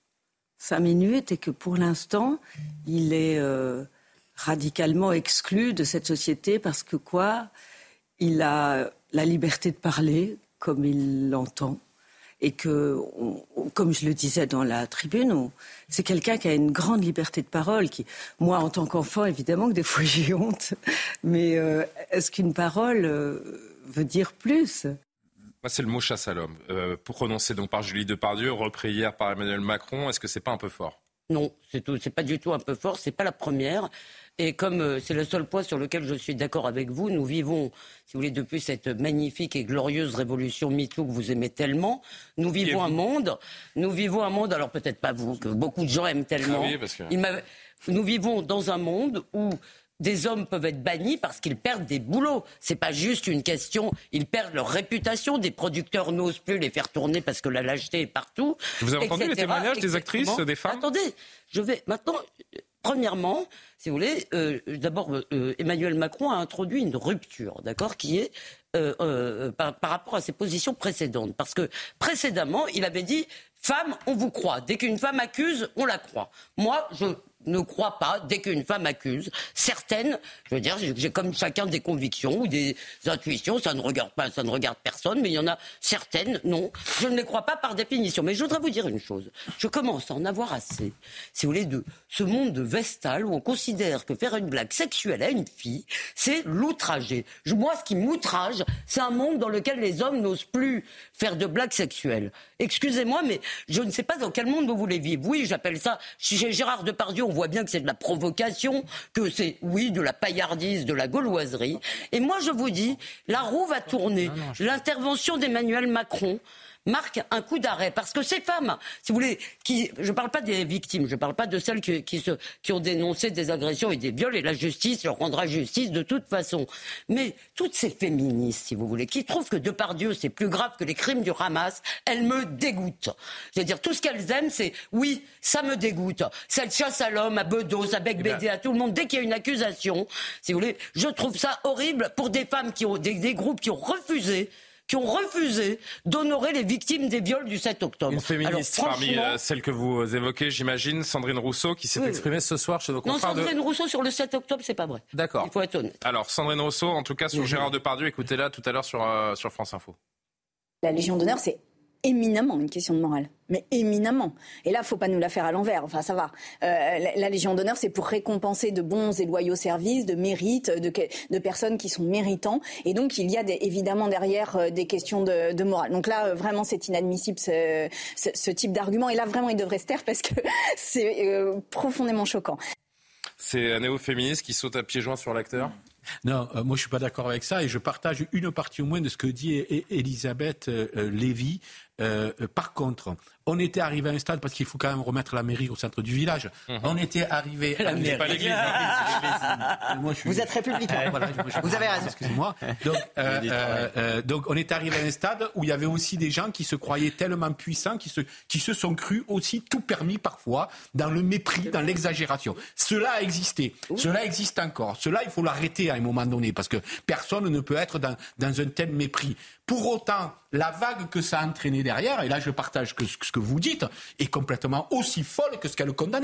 P: cinq minutes et que pour l'instant, il est euh, radicalement exclu de cette société parce que quoi ? Il a la liberté de parler comme il l'entend et que, on, comme je le disais dans la tribune, on, c'est quelqu'un qui a une grande liberté de parole. Qui, moi, en tant qu'enfant, évidemment que des fois j'ai honte, mais euh, est-ce qu'une parole euh, veut dire plus ?
B: Moi, c'est le mot chasse à l'homme, euh, prononcé donc par Julie Depardieu, repris hier par Emmanuel Macron. Est-ce que c'est pas un peu fort ?
E: Non, c'est, tout, c'est pas du tout un peu fort, c'est pas la première. Et comme euh, c'est le seul point sur lequel je suis d'accord avec vous, nous vivons, si vous voulez, depuis cette magnifique et glorieuse révolution MeToo que vous aimez tellement, nous vivons un monde, nous vivons un monde, alors peut-être pas vous, que beaucoup de gens aiment tellement. Ah oui, parce que... Il m'a... Nous vivons dans un monde où des hommes peuvent être bannis parce qu'ils perdent des boulots. C'est pas juste une question, ils perdent leur réputation. Des producteurs n'osent plus les faire tourner parce que la lâcheté est partout.
B: Vous avez entendu
E: et cetera,
B: les témoignages des actrices,
E: Comment
B: des femmes ?
E: Attendez, je vais maintenant. Premièrement, si vous voulez, euh, d'abord euh, Emmanuel Macron a introduit une rupture, d'accord, qui est euh, euh, par, par rapport à ses positions précédentes, parce que précédemment, il avait dit femme, on vous croit. Dès qu'une femme accuse, on la croit. Moi, je ne crois pas, dès qu'une femme accuse, certaines, je veux dire, j'ai comme chacun des convictions ou des intuitions, ça ne regarde pas, ça ne regarde personne, mais il y en a certaines, non, je ne les crois pas par définition. Mais je voudrais vous dire une chose, je commence à en avoir assez, si vous voulez, de ce monde de Vestal où on considère que faire une blague sexuelle à une fille, c'est l'outrager. Moi, ce qui m'outrage, c'est un monde dans lequel les hommes n'osent plus faire de blagues sexuelles. Excusez-moi, mais je ne sais pas dans quel monde vous voulez vivre. Oui, j'appelle ça, chez Gérard Depardieu, on voit bien que c'est de la provocation, que c'est, oui, de la paillardise, de la gauloiserie. Et moi, je vous dis, la roue va tourner. L'intervention d'Emmanuel Macron marque un coup d'arrêt. Parce que ces femmes, si vous voulez, qui, je ne parle pas des victimes, je ne parle pas de celles qui, qui, se, qui ont dénoncé des agressions et des viols, et la justice leur rendra justice de toute façon. Mais toutes ces féministes, si vous voulez, qui trouvent que Depardieu, c'est plus grave que les crimes du Hamas, elles me dégoûtent. C'est-à-dire, tout ce qu'elles aiment, c'est, oui, ça me dégoûte. Cette chasse à l'homme, à Bedos, à Bec-Bédé, à tout le monde, dès qu'il y a une accusation, si vous voulez, je trouve ça horrible pour des femmes qui ont, des, des groupes qui ont refusé qui ont refusé d'honorer les victimes des viols du sept octobre.
B: Une féministe Alors, parmi euh, celles que vous évoquez, j'imagine, Sandrine Rousseau, qui s'est oui, exprimée oui. ce soir chez nos confrères.
E: Non, Sandrine
B: de...
E: Rousseau sur le sept octobre, c'est pas vrai.
B: D'accord.
E: Il faut être honnête.
B: Alors, Sandrine Rousseau, en tout cas, sur oui, Gérard oui. Depardieu, écoutez-la tout à l'heure sur, euh, sur France Info.
Q: La Légion d'honneur, c'est éminemment une question de morale. Mais éminemment. Et là, il ne faut pas nous la faire à l'envers. Enfin, ça va. Euh, la, la Légion d'honneur, c'est pour récompenser de bons et loyaux services, de mérites, de, de personnes qui sont méritants. Et donc, il y a des, évidemment derrière euh, des questions de, de morale. Donc là, euh, vraiment, c'est inadmissible ce, ce, ce type d'argument. Et là, vraiment, il devrait se taire parce que c'est euh, profondément choquant.
B: C'est un néo-féministe qui saute à pieds joints sur l'acteur ?
D: Non, euh, moi je suis pas d'accord avec ça et je partage une partie au moins de ce que dit Elisabeth euh, Lévy. Euh, par contre, on était arrivé à un stade, parce qu'il faut quand même remettre la mairie au centre du village, mmh. on était arrivé...
E: La mairie. Pas l'église.
I: Moi, je suis... Vous êtes républicain. Voilà, je, je, Vous avez raison.
D: Excusez-moi. Donc, euh, euh, euh, donc, on est arrivé à un stade où il y avait aussi des gens qui se croyaient tellement puissants, qui se, qui se sont crus aussi tout permis parfois, dans le mépris, dans l'exagération. Cela a existé. Mmh. Cela existe encore. Cela, il faut l'arrêter à un moment donné, parce que personne ne peut être dans, dans un tel mépris. Pour autant, la vague que ça a entraîné derrière, et là je partage que, ce que vous dites, est complètement aussi folle que ce qu'elle condamnait.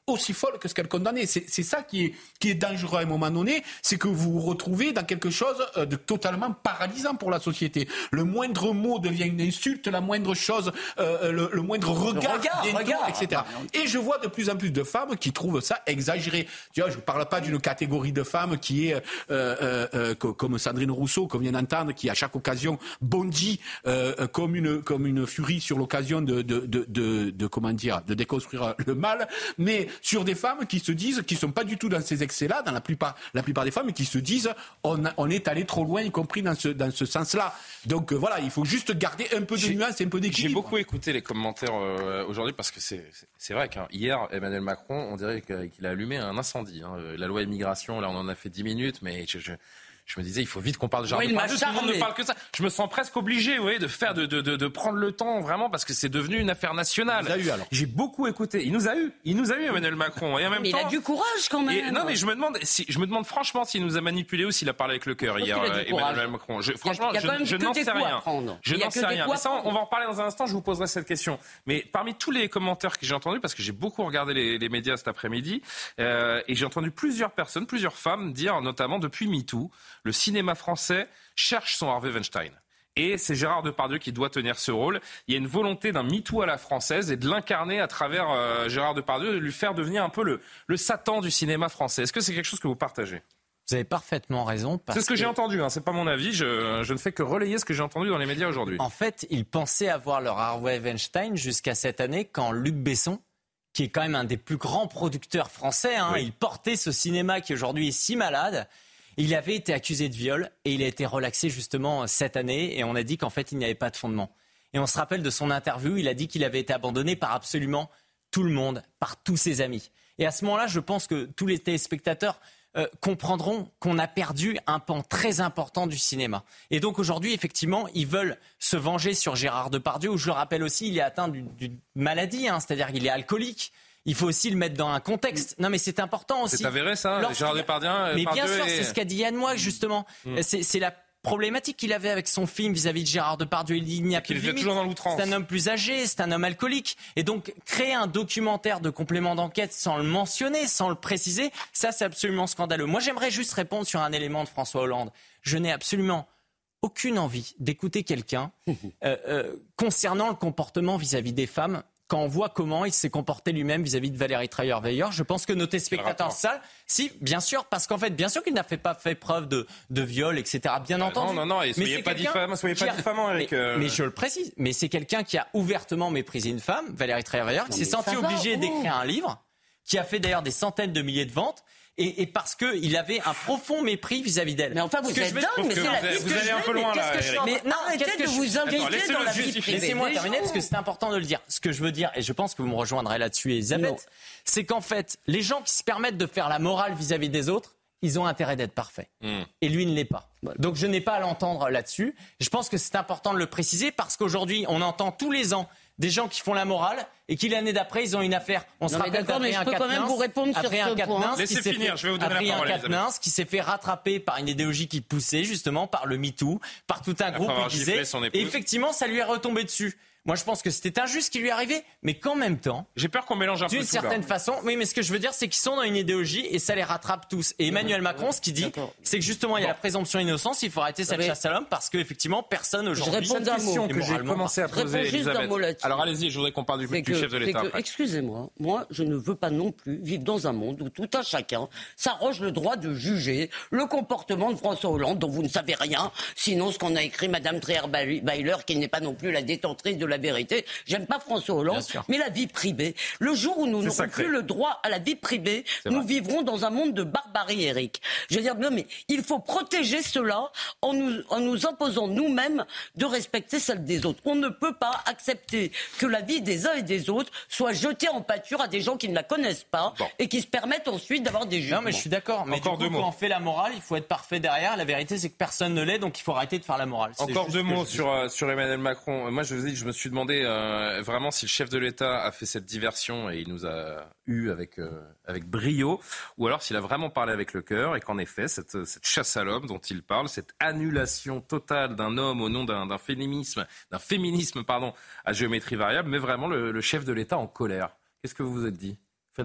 D: aussi folle que ce qu'elle condamnait. C'est, c'est ça qui est, qui est dangereux à un moment donné, c'est que vous vous retrouvez dans quelque chose de totalement paralysant pour la société. Le moindre mot devient une insulte, la moindre chose, euh, le, le moindre regard,
E: le regard,
D: bientôt,
E: regard.
D: et cetera. Et je vois de plus en plus de femmes qui trouvent ça exagéré. Tu vois, je ne parle pas d'une catégorie de femmes qui est euh, euh, euh, comme Sandrine Rousseau, qu'on vient d'entendre, qui à chaque occasion bondit euh, comme une comme une furie sur l'occasion de de, de de de comment dire de déconstruire le mal, mais sur des femmes qui se disent, qui sont pas du tout dans ces excès-là, dans la plupart la plupart des femmes, qui se disent on on est allé trop loin, y compris dans ce dans ce sens-là. Donc euh, voilà, il faut juste garder un peu de nuance et un peu d'équilibre.
B: J'ai beaucoup écouté les commentaires euh, aujourd'hui parce que c'est c'est, c'est vrai qu'hier Emmanuel Macron, on dirait qu'il a allumé un incendie. Hein. La loi immigration, là on en a fait dix minutes, mais je, je... Je me disais, il faut vite qu'on parle de Gérard
E: oui,
B: Depardieu. Tout le monde ne parle que ça. Je me sens presque obligé, oui, de faire, de, de, de, de prendre le temps vraiment parce que c'est devenu une affaire nationale.
D: Il nous a eu, alors.
B: J'ai beaucoup écouté. Il nous a eu. Il nous a eu, Emmanuel Macron. Et en même
E: mais
B: temps,
E: il a du courage quand même.
B: Et, non, mais je me demande, si, je me demande franchement s'il nous a manipulé ou s'il a parlé avec le cœur hier, Emmanuel Macron. Je, franchement,
E: il y a, il y a
B: je, je n'en sais rien. Je
E: il
B: n'en sais rien. Mais ça, on va en reparler dans un instant. Je vous poserai cette question. Mais parmi tous les commentaires que j'ai entendus, parce que j'ai beaucoup regardé les, les médias cet après-midi, euh, et j'ai entendu plusieurs personnes, plusieurs femmes dire, notamment depuis MeToo, le cinéma français cherche son Harvey Weinstein. Et c'est Gérard Depardieu qui doit tenir ce rôle. Il y a une volonté d'un MeToo à la française et de l'incarner à travers euh, Gérard Depardieu, de lui faire devenir un peu le, le Satan du cinéma français. Est-ce que c'est quelque chose que vous partagez ?
H: Vous avez parfaitement raison. Parce
B: c'est ce que, que... j'ai entendu, hein, c'est pas mon avis. Je, je ne fais que relayer ce que j'ai entendu dans les médias aujourd'hui.
H: En fait, ils pensaient avoir leur Harvey Weinstein jusqu'à cette année quand Luc Besson, qui est quand même un des plus grands producteurs français, hein, oui. il portait ce cinéma qui aujourd'hui est si malade. Il avait été accusé de viol et il a été relaxé justement cette année et on a dit qu'en fait il n'y avait pas de fondement. Et on se rappelle de son interview, il a dit qu'il avait été abandonné par absolument tout le monde, par tous ses amis. Et à ce moment-là, je pense que tous les téléspectateurs euh, comprendront qu'on a perdu un pan très important du cinéma. Et donc aujourd'hui, effectivement, ils veulent se venger sur Gérard Depardieu, où je le rappelle aussi, il est atteint d'une maladie, hein, c'est-à-dire qu'il est alcoolique. Il faut aussi le mettre dans un contexte. Non, mais c'est important aussi.
B: C'est avéré, ça, Lorsqu'il... Gérard Depardieu.
H: Mais bien
B: Depardieu
H: sûr,
B: et...
H: c'est ce qu'a dit Yann Moix, justement. Mm. C'est, c'est la problématique qu'il avait avec son film vis-à-vis de Gérard Depardieu. Il dit il n'y a plus de limite. C'est un homme plus âgé, c'est un homme alcoolique. Et donc, créer un documentaire de complément d'enquête sans le mentionner, sans le préciser, ça, c'est absolument scandaleux. Moi, j'aimerais juste répondre sur un élément de François Hollande. Je n'ai absolument aucune envie d'écouter quelqu'un euh, euh, concernant le comportement vis-à-vis des femmes. Quand on voit comment il s'est comporté lui-même vis-à-vis de Valérie Trierweiler, je pense que nos téléspectateurs salles, si, bien sûr, parce qu'en fait, bien sûr qu'il n'a fait pas fait preuve de, de viol, et cetera. Bien
B: bah
H: entendu.
B: Non, non, non, et soyez pas diffamant, soyez pas diffamant avec.
H: Mais, euh... mais je le précise, mais c'est quelqu'un qui a ouvertement méprisé une femme, Valérie Trierweiler, qui s'est senti obligé oh. d'écrire un livre, qui a fait d'ailleurs des centaines de milliers de ventes. Et, et parce qu'il avait un profond mépris vis-à-vis d'elle.
E: Mais enfin, vous êtes dingue, mais c'est la
B: Vous allez un peu loin, là, Eric.
E: Mais non, arrêtez de vous engager dans la vie privée.
H: Laissez-moi terminer, parce que c'est important de le dire. Ce que je veux dire, et je pense que vous me rejoindrez là-dessus, Elisabeth, c'est qu'en fait, les gens qui se permettent de faire la morale vis-à-vis des autres, ils ont intérêt d'être parfaits. Mm. Et lui ne l'est pas. Donc je n'ai pas à l'entendre là-dessus. Je pense que c'est important de le préciser, parce qu'aujourd'hui, on entend tous les ans des gens qui font la morale et qui l'année d'après ils ont une affaire. On se rappelle d'Adrien Quatennens, Adrien Quatennens qui s'est fait, Adrien Quatennens qui s'est fait rattraper par une idéologie qui poussait justement par le MeToo, par tout un groupe qui disait. Et effectivement, ça lui est retombé dessus. Moi, je pense que c'était injuste ce qui lui est arrivé, mais qu'en même temps,
B: j'ai peur qu'on mélange un peu
H: d'une
B: tout,
H: certaine
B: là.
H: façon. Oui, mais ce que je veux dire, c'est qu'ils sont dans une idéologie et ça les rattrape tous. Et Emmanuel Macron, ce qu'il dit, c'est que justement, il y a bon. la présomption d'innocence. Il faut arrêter cette mais... chasse à l'homme parce que effectivement, personne aujourd'hui.
E: Je réponds d'un
B: mot que j'ai commencé à poser. Elisabeth. Alors allez-y, je voudrais qu'on parle du, du
E: que,
B: chef de l'État.
E: Que, excusez-moi, moi, je ne veux pas non plus vivre dans un monde où tout un chacun s'arroge le droit de juger le comportement de François Hollande, dont vous ne savez rien, sinon ce qu'on a écrit Madame Trierweiler, qui n'est pas non plus la détentrice de la vérité. J'aime pas François Hollande, mais la vie privée. Le jour où nous n'aurons plus le droit à la vie privée, c'est nous vrai. vivrons dans un monde de barbarie, Eric. Je veux dire, non, mais il faut protéger cela en nous, en nous imposant nous-mêmes de respecter celle des autres. On ne peut pas accepter que la vie des uns et des autres soit jetée en pâture à des gens qui ne la connaissent pas bon. et qui se permettent ensuite d'avoir des jugements.
H: Non, mais je suis d'accord. Mais Encore du coup, quand on fait la morale, il faut être parfait derrière. La vérité, c'est que personne ne l'est, donc il faut arrêter de faire la morale. C'est
B: Encore deux mots sur, euh, sur Emmanuel Macron. Moi, je vous ai dit, je me suis demandé... Euh, vraiment si le chef de l'État a fait cette diversion et il nous a eu avec, euh, avec brio, ou alors s'il a vraiment parlé avec le cœur et qu'en effet cette, cette chasse à l'homme dont il parle, cette annulation totale d'un homme au nom d'un, d'un féminisme, d'un féminisme pardon, à géométrie variable, met vraiment le, le chef de l'État en colère. Qu'est-ce que vous vous êtes dit, Frédéric ?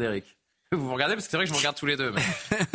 B: Vous vous regardez parce que c'est vrai que je vous regarde tous les deux. Mais...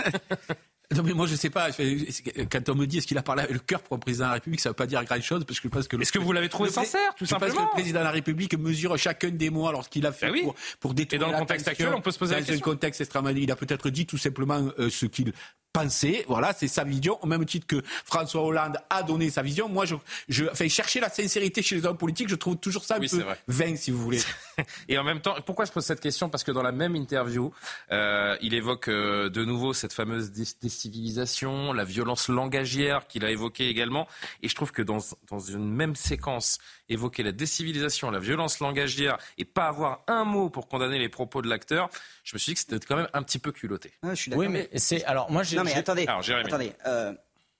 D: Non mais moi je sais pas, quand on me dit est-ce qu'il a parlé avec le cœur pour le président de la République, ça veut pas dire grand chose parce que je pense que...
B: Est-ce que vous l'avez trouvé sincère, tout simplement?
D: Parce que le président de la République mesure chacun des mots alors ce qu'il a fait
B: oui.
D: pour, pour détourner
B: Et dans le contexte actuel, on peut se poser la question.
D: Dans un contexte extrêmement... Il a peut-être dit tout simplement euh, ce qu'il pensait, voilà, c'est sa vision, au même titre que François Hollande a donné sa vision. Moi, je, je, enfin, chercher la sincérité chez les hommes politiques, je trouve toujours ça un
B: oui,
D: peu vain, si vous voulez.
B: Et en même temps, pourquoi je pose cette question? Parce que dans la même interview, euh, il évoque euh, de nouveau cette fameuse décivilisation, la violence langagière qu'il a évoquée également. Et je trouve que dans, dans une même séquence, évoquer la décivilisation, la violence langagière et pas avoir un mot pour condamner les propos de l'acteur, je me suis dit que c'était quand même un petit peu culotté.
I: Ah, je suis d'accord.
H: Oui, mais c'est... Alors, moi, j'ai...
I: Non, mais attendez,
B: Alors,
I: attendez euh,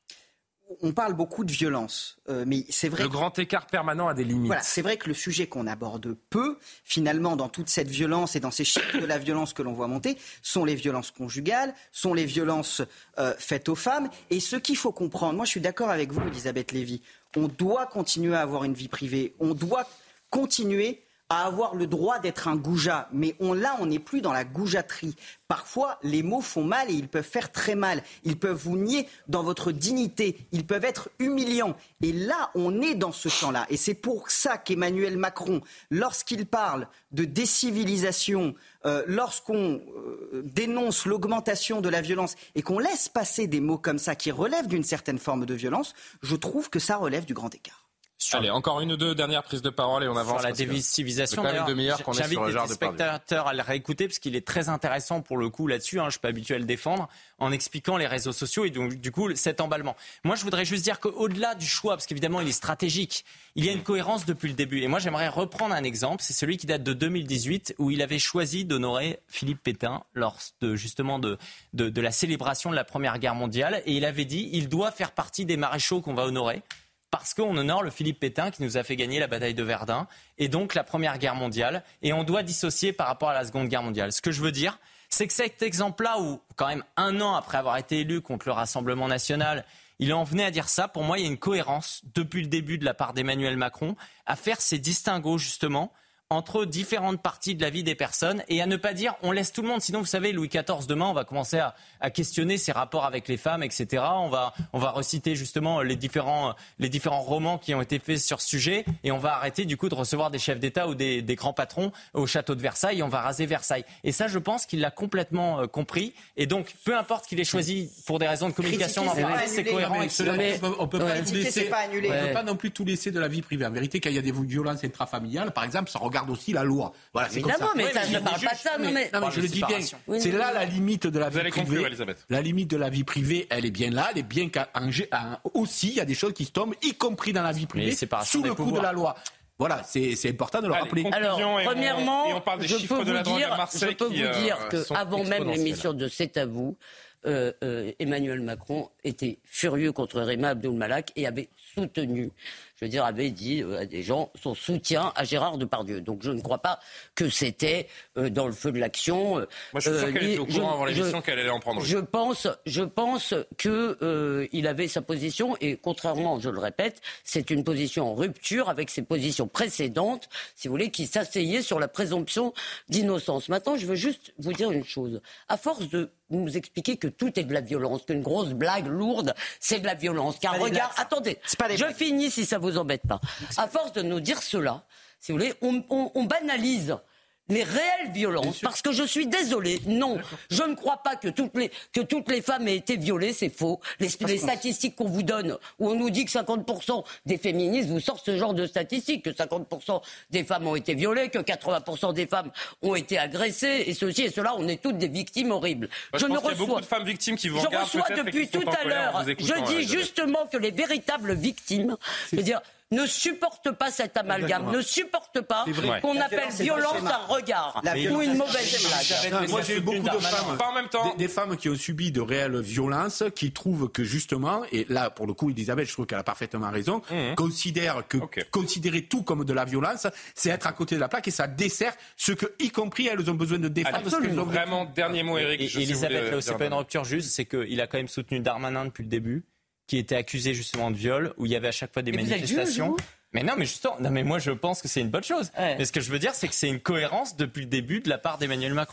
I: on parle beaucoup de violence, euh, mais c'est vrai...
B: Le
I: que...
B: grand écart permanent a des limites.
I: Voilà, c'est vrai que le sujet qu'on aborde peu, finalement, dans toute cette violence et dans ces chiffres de la violence que l'on voit monter, sont les violences conjugales, sont les violences euh, faites aux femmes. Et ce qu'il faut comprendre, moi je suis d'accord avec vous, Elisabeth Lévy, on doit continuer à avoir une vie privée, on doit continuer à avoir le droit d'être un goujat. Mais on, là, on n'est plus dans la goujaterie. Parfois, les mots font mal et ils peuvent faire très mal. Ils peuvent vous nier dans votre dignité. Ils peuvent être humiliants. Et là, on est dans ce champ-là. Et c'est pour ça qu'Emmanuel Macron, lorsqu'il parle de décivilisation, euh, lorsqu'on euh, dénonce l'augmentation de la violence et qu'on laisse passer des mots comme ça qui relèvent d'une certaine forme de violence, je trouve que ça relève du grand écart.
B: Sur Allez, encore une ou deux dernières prises de parole et on avance.
H: Sur la décivilisation,
B: c'est quand même une demi-heure qu'on est sur le genre de
H: spectateurs à le réécouter parce qu'il est très intéressant pour le coup là-dessus. Hein, je suis pas habitué à le défendre en expliquant les réseaux sociaux et donc du coup cet emballement. Moi, je voudrais juste dire qu'au-delà du choix, parce qu'évidemment il est stratégique, il y a une cohérence depuis le début. Et moi, j'aimerais reprendre un exemple. C'est celui qui date de deux mille dix-huit où il avait choisi d'honorer Philippe Pétain lors de justement de, de de la célébration de la Première Guerre mondiale et il avait dit il doit faire partie des maréchaux qu'on va honorer. Parce qu'on honore le Philippe Pétain qui nous a fait gagner la bataille de Verdun et donc la Première Guerre mondiale. Et on doit dissocier par rapport à la Seconde Guerre mondiale. Ce que je veux dire, c'est que cet exemple-là où, quand même un an après avoir été élu contre le Rassemblement national, il en venait à dire ça. Pour moi, il y a une cohérence depuis le début de la part d'Emmanuel Macron à faire ces distinguos justement entre différentes parties de la vie des personnes et à ne pas dire on laisse tout le monde. Sinon, vous savez, Louis quatorze, demain, on va commencer à, à questionner ses rapports avec les femmes, et cetera. On va, on va reciter justement les différents, les différents romans qui ont été faits sur ce sujet et on va arrêter du coup de recevoir des chefs d'État ou des, des grands patrons au château de Versailles et on va raser Versailles. Et ça, je pense qu'il l'a complètement euh, compris. Et donc, peu importe qu'il ait choisi pour des raisons de communication d'en parler, c'est cohérent avec cela.
D: Mais on peut pas tout laisser. On peut pas non plus tout laisser de la vie privée. En vérité, quand il y a des violences intrafamiliales, par exemple, ça regarde aussi la loi. Voilà, c'est
E: évidemment,
D: comme ça.
E: mais ça, je ne parle pas de ça. Non, mais,
D: non, mais je le dis bien. Oui, c'est là la limite de la vie privée.
B: Conclure, Elisabeth.
D: La limite de la vie privée, elle est bien là. Elle est bien qu'à aussi, il y a des choses qui se tombent, y compris dans la vie privée, sous le coup de la loi. Voilà, c'est, c'est important de le
B: Allez,
D: rappeler.
E: Alors, premièrement,
B: on, et on parle des
E: je
B: chiffres
E: peux
B: de la
E: vous dire,
B: Marseille
E: je peux
B: qui,
E: vous dire
B: euh,
E: qu'avant même l'émission de C'est à vous, euh, euh, Emmanuel Macron était furieux contre Rima Abdul-Malak et avait soutenu, je veux dire, avait dit euh, à des gens son soutien à Gérard Depardieu. Donc je ne crois pas que c'était euh, dans le feu de l'action.
B: Moi, je suis sûr euh, qu'elle était au courant avant l'émission qu'elle allait en prendre.
E: Je pense, je pense que euh, il avait sa position et contrairement, je le répète, c'est une position en rupture avec ses positions précédentes, si vous voulez, qui s'asseyaient sur la présomption d'innocence. Maintenant, je veux juste vous dire une chose. À force de nous expliquer que tout est de la violence, qu'une grosse blague lourde, c'est de la violence. Car regarde, attendez, je blagues. finis si ça vous embête pas. À force de nous dire cela, si vous voulez, on, on, on banalise les réelles violences, parce que je suis désolé, non, je ne crois pas que toutes les, que toutes les femmes aient été violées, c'est faux. Les, les statistiques qu'on vous donne, où on nous dit que cinquante pour cent des féministes vous sortent ce genre de statistiques, que cinquante pour cent des femmes ont été violées, que quatre-vingts pour cent des femmes ont été agressées, et ceci et cela, on est toutes des victimes horribles.
B: Bah, je, je ne reçois, y a beaucoup de femmes victimes qui vous
E: je
B: regardent
E: reçois depuis tout à l'heure, je dis justement que les véritables victimes, je veux dire, ne supporte pas cet amalgame, Exactement. ne supporte pas qu'on appelle violence un regard ou une mauvaise blague.
D: Moi, j'ai eu beaucoup de femmes,
B: pas en même temps.
D: Des, des femmes qui ont subi de réelles violences, qui trouvent que justement, et là, pour le coup, Elisabeth, je trouve qu'elle a parfaitement raison, mmh. considère que okay. considérer tout comme de la violence, c'est être à côté de la plaque et ça dessert ce que, y compris, elles ont besoin de défendre.
B: Absolument. Vraiment, dernier mot, Eric.
H: Et, et Elisabeth, là où c'est pas une rupture juste, c'est qu'il a quand même soutenu Darmanin depuis le début, qui était accusé justement de viol, où il y avait à chaque fois des et manifestations. Vous mais non, mais justement, non, mais moi je pense que c'est une bonne chose. Ouais. Mais ce que je veux dire, c'est que c'est une cohérence depuis le début de la part d'Emmanuel Macron.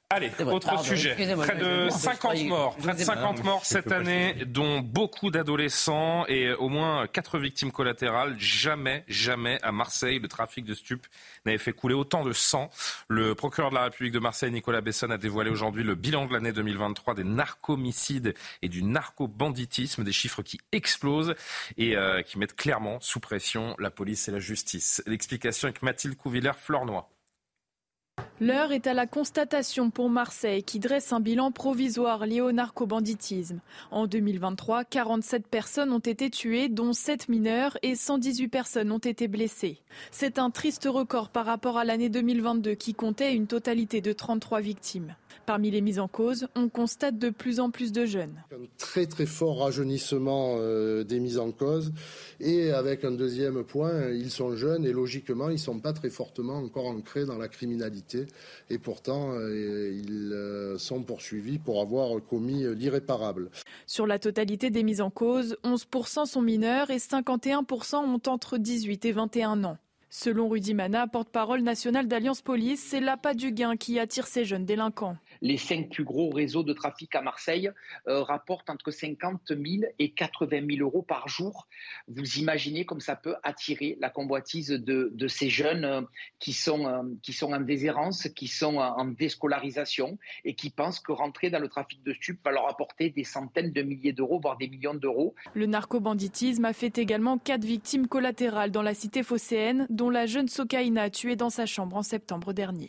B: Allez, autre Pardon, sujet. Près de cinquante morts, près de cinquante morts cette année, dont beaucoup d'adolescents et au moins quatre victimes collatérales. Jamais, jamais à Marseille, le trafic de stupes n'avait fait couler autant de sang. Le procureur de la République de Marseille, Nicolas Besson, a dévoilé aujourd'hui le bilan de l'année deux mille vingt-trois des narcomicides et du narcobanditisme, des chiffres qui explosent et euh, qui mettent clairement sous pression la police et la justice. L'explication avec Mathilde Couvillère-Flornois.
R: L'heure est à la constatation pour Marseille qui dresse un bilan provisoire lié au narcobanditisme. En deux mille vingt-trois, quarante-sept personnes ont été tuées, dont sept mineurs et cent dix-huit personnes ont été blessées. C'est un triste record par rapport à l'année deux mille vingt-deux qui comptait une totalité de trente-trois victimes. Parmi les mises en cause, on constate de plus en plus de jeunes.
S: Un très très fort rajeunissement euh, des mises en cause et avec un deuxième point, ils sont jeunes et logiquement ils ne sont pas très fortement encore ancrés dans la criminalité et pourtant euh, ils euh, sont poursuivis pour avoir commis l'irréparable.
R: Sur la totalité des mises en cause, onze pour cent sont mineurs et cinquante et un pour cent ont entre dix-huit et vingt et un ans. Selon Rudy Mana, porte-parole national d'Alliance Police, c'est l'appât du gain qui attire ces jeunes délinquants.
T: Les cinq plus gros réseaux de trafic à Marseille euh, rapportent entre cinquante mille et quatre-vingt mille euros par jour. Vous imaginez comme ça peut attirer la convoitise de, de ces jeunes euh, qui, sont, euh, qui sont en déshérence, qui sont en déscolarisation et qui pensent que rentrer dans le trafic de stupes va leur apporter des centaines de milliers d'euros, voire des millions d'euros.
R: Le narcobanditisme a fait également quatre victimes collatérales dans la cité phocéenne, dont la jeune Sokaina tuée dans sa chambre en septembre dernier.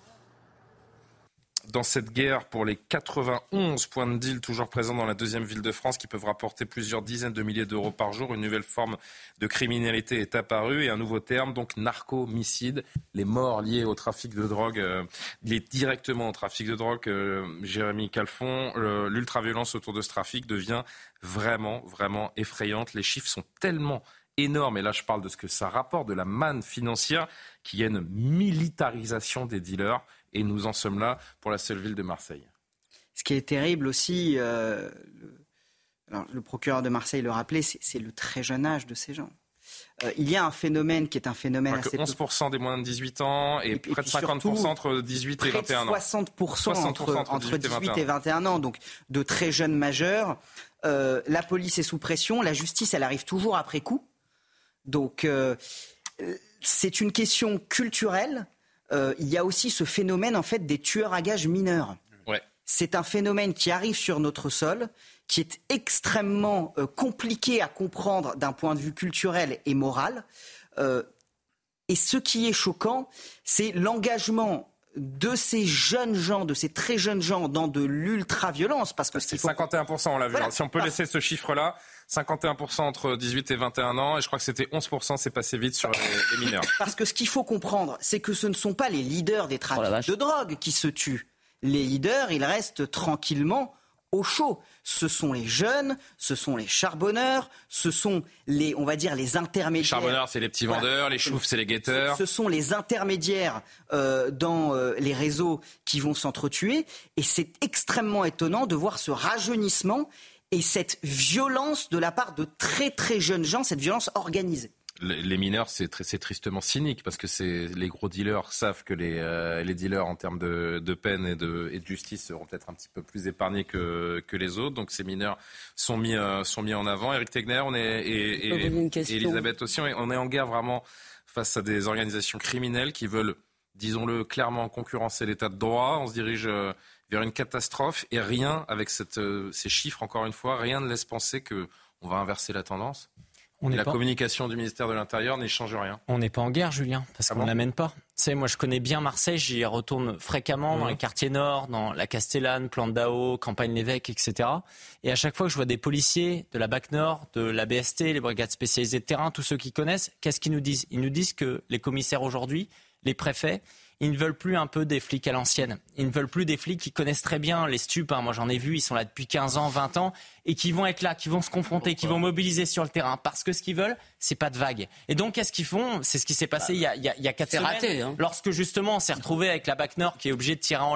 B: Dans cette guerre pour les quatre-vingt-onze points de deal toujours présents dans la deuxième ville de France qui peuvent rapporter plusieurs dizaines de milliers d'euros par jour, une nouvelle forme de criminalité est apparue et un nouveau terme, donc narcomicide. Les morts liées au trafic de drogue, euh, liées directement au trafic de drogue, euh, Jérémy Calfon, euh, l'ultraviolence autour de ce trafic devient vraiment, vraiment effrayante. Les chiffres sont tellement énorme, et là je parle de ce que ça rapporte, de la manne financière, qu'il y a une militarisation des dealers, et nous en sommes là pour la seule ville de Marseille.
I: Ce qui est terrible aussi, euh, le, alors, le procureur de Marseille le rappelait, c'est, c'est le très jeune âge de ces gens. Euh, il y a un phénomène qui est un phénomène assez...
B: onze pour cent des moins de dix-huit ans et, et près et de cinquante pour cent entre dix-huit et vingt et un ans.
I: soixante pour cent, soixante pour cent entre, entre dix-huit et vingt et un ans, donc de très jeunes majeurs. Euh, la police est sous pression, la justice elle arrive toujours après coup. Donc, euh, c'est une question culturelle. Euh, il y a aussi ce phénomène, en fait, des tueurs à gages mineurs.
B: Ouais.
I: C'est un phénomène qui arrive sur notre sol, qui est extrêmement euh, compliqué à comprendre d'un point de vue culturel et moral. Euh, et ce qui est choquant, c'est l'engagement de ces jeunes gens, de ces très jeunes gens dans de l'ultra-violence. Parce que
B: c'est cinquante et un pour cent, on l'a vu. Voilà. Si on peut laisser ce chiffre-là, cinquante et un pour cent entre dix-huit et vingt et un ans, et je crois que c'était onze pour cent, c'est passé vite sur les, les mineurs.
I: Parce que ce qu'il faut comprendre, c'est que ce ne sont pas les leaders des trafics oh de drogue qui se tuent. Les leaders, ils restent tranquillement au chaud. Ce sont les jeunes, ce sont les charbonneurs, ce sont les, on va dire, les intermédiaires. Les
B: charbonneurs, c'est les petits vendeurs, voilà. Les choufs, c'est les guetteurs.
I: Ce sont les intermédiaires euh, dans euh, les réseaux qui vont s'entretuer. Et c'est extrêmement étonnant de voir ce rajeunissement et cette violence de la part de très très jeunes gens, cette violence organisée.
B: Les, les mineurs, c'est, très, c'est tristement cynique parce que c'est, les gros dealers savent que les, euh, les dealers en termes de, de peine et de, et de justice seront peut-être un petit peu plus épargnés que, que les autres. Donc ces mineurs sont mis, euh, sont mis en avant. Éric Tegner, on est, et, et, et Elisabeth aussi, on est en guerre vraiment face à des organisations criminelles qui veulent, disons-le clairement, concurrencer l'état de droit. On se dirige euh, vers une catastrophe et rien, avec cette, euh, ces chiffres, encore une fois, rien ne laisse penser qu'on va inverser la tendance. On la pas... communication du ministère de l'Intérieur n'y change rien.
H: On n'est pas en guerre, Julien, parce ah qu'on ne bon l'amène pas. Tu sais, moi, je connais bien Marseille, j'y retourne fréquemment mmh. dans les quartiers nord, dans la Castellane, Plan d'Ao, Campagne-l'Évêque, et cetera. Et à chaque fois que je vois des policiers de la B A C Nord, de la B S T, les brigades spécialisées de terrain, tous ceux qui connaissent, qu'est-ce qu'ils nous disent ? Ils nous disent que les commissaires aujourd'hui, les préfets, ils ne veulent plus un peu des flics à l'ancienne. Ils ne veulent plus des flics qui connaissent très bien les stupes. Hein. Moi, j'en ai vu, ils sont là depuis quinze ans, vingt ans, et qui vont être là, qui vont se confronter, qui vont mobiliser sur le terrain. Parce que ce qu'ils veulent, c'est pas de vagues. Et donc, qu'est-ce qu'ils font ? C'est ce qui s'est passé bah, il, y a, il, y a, il y a quatre semaines.
E: Raté, hein.
H: Lorsque, justement, on s'est retrouvé avec la B A C Nord qui est obligée de tirer en l'air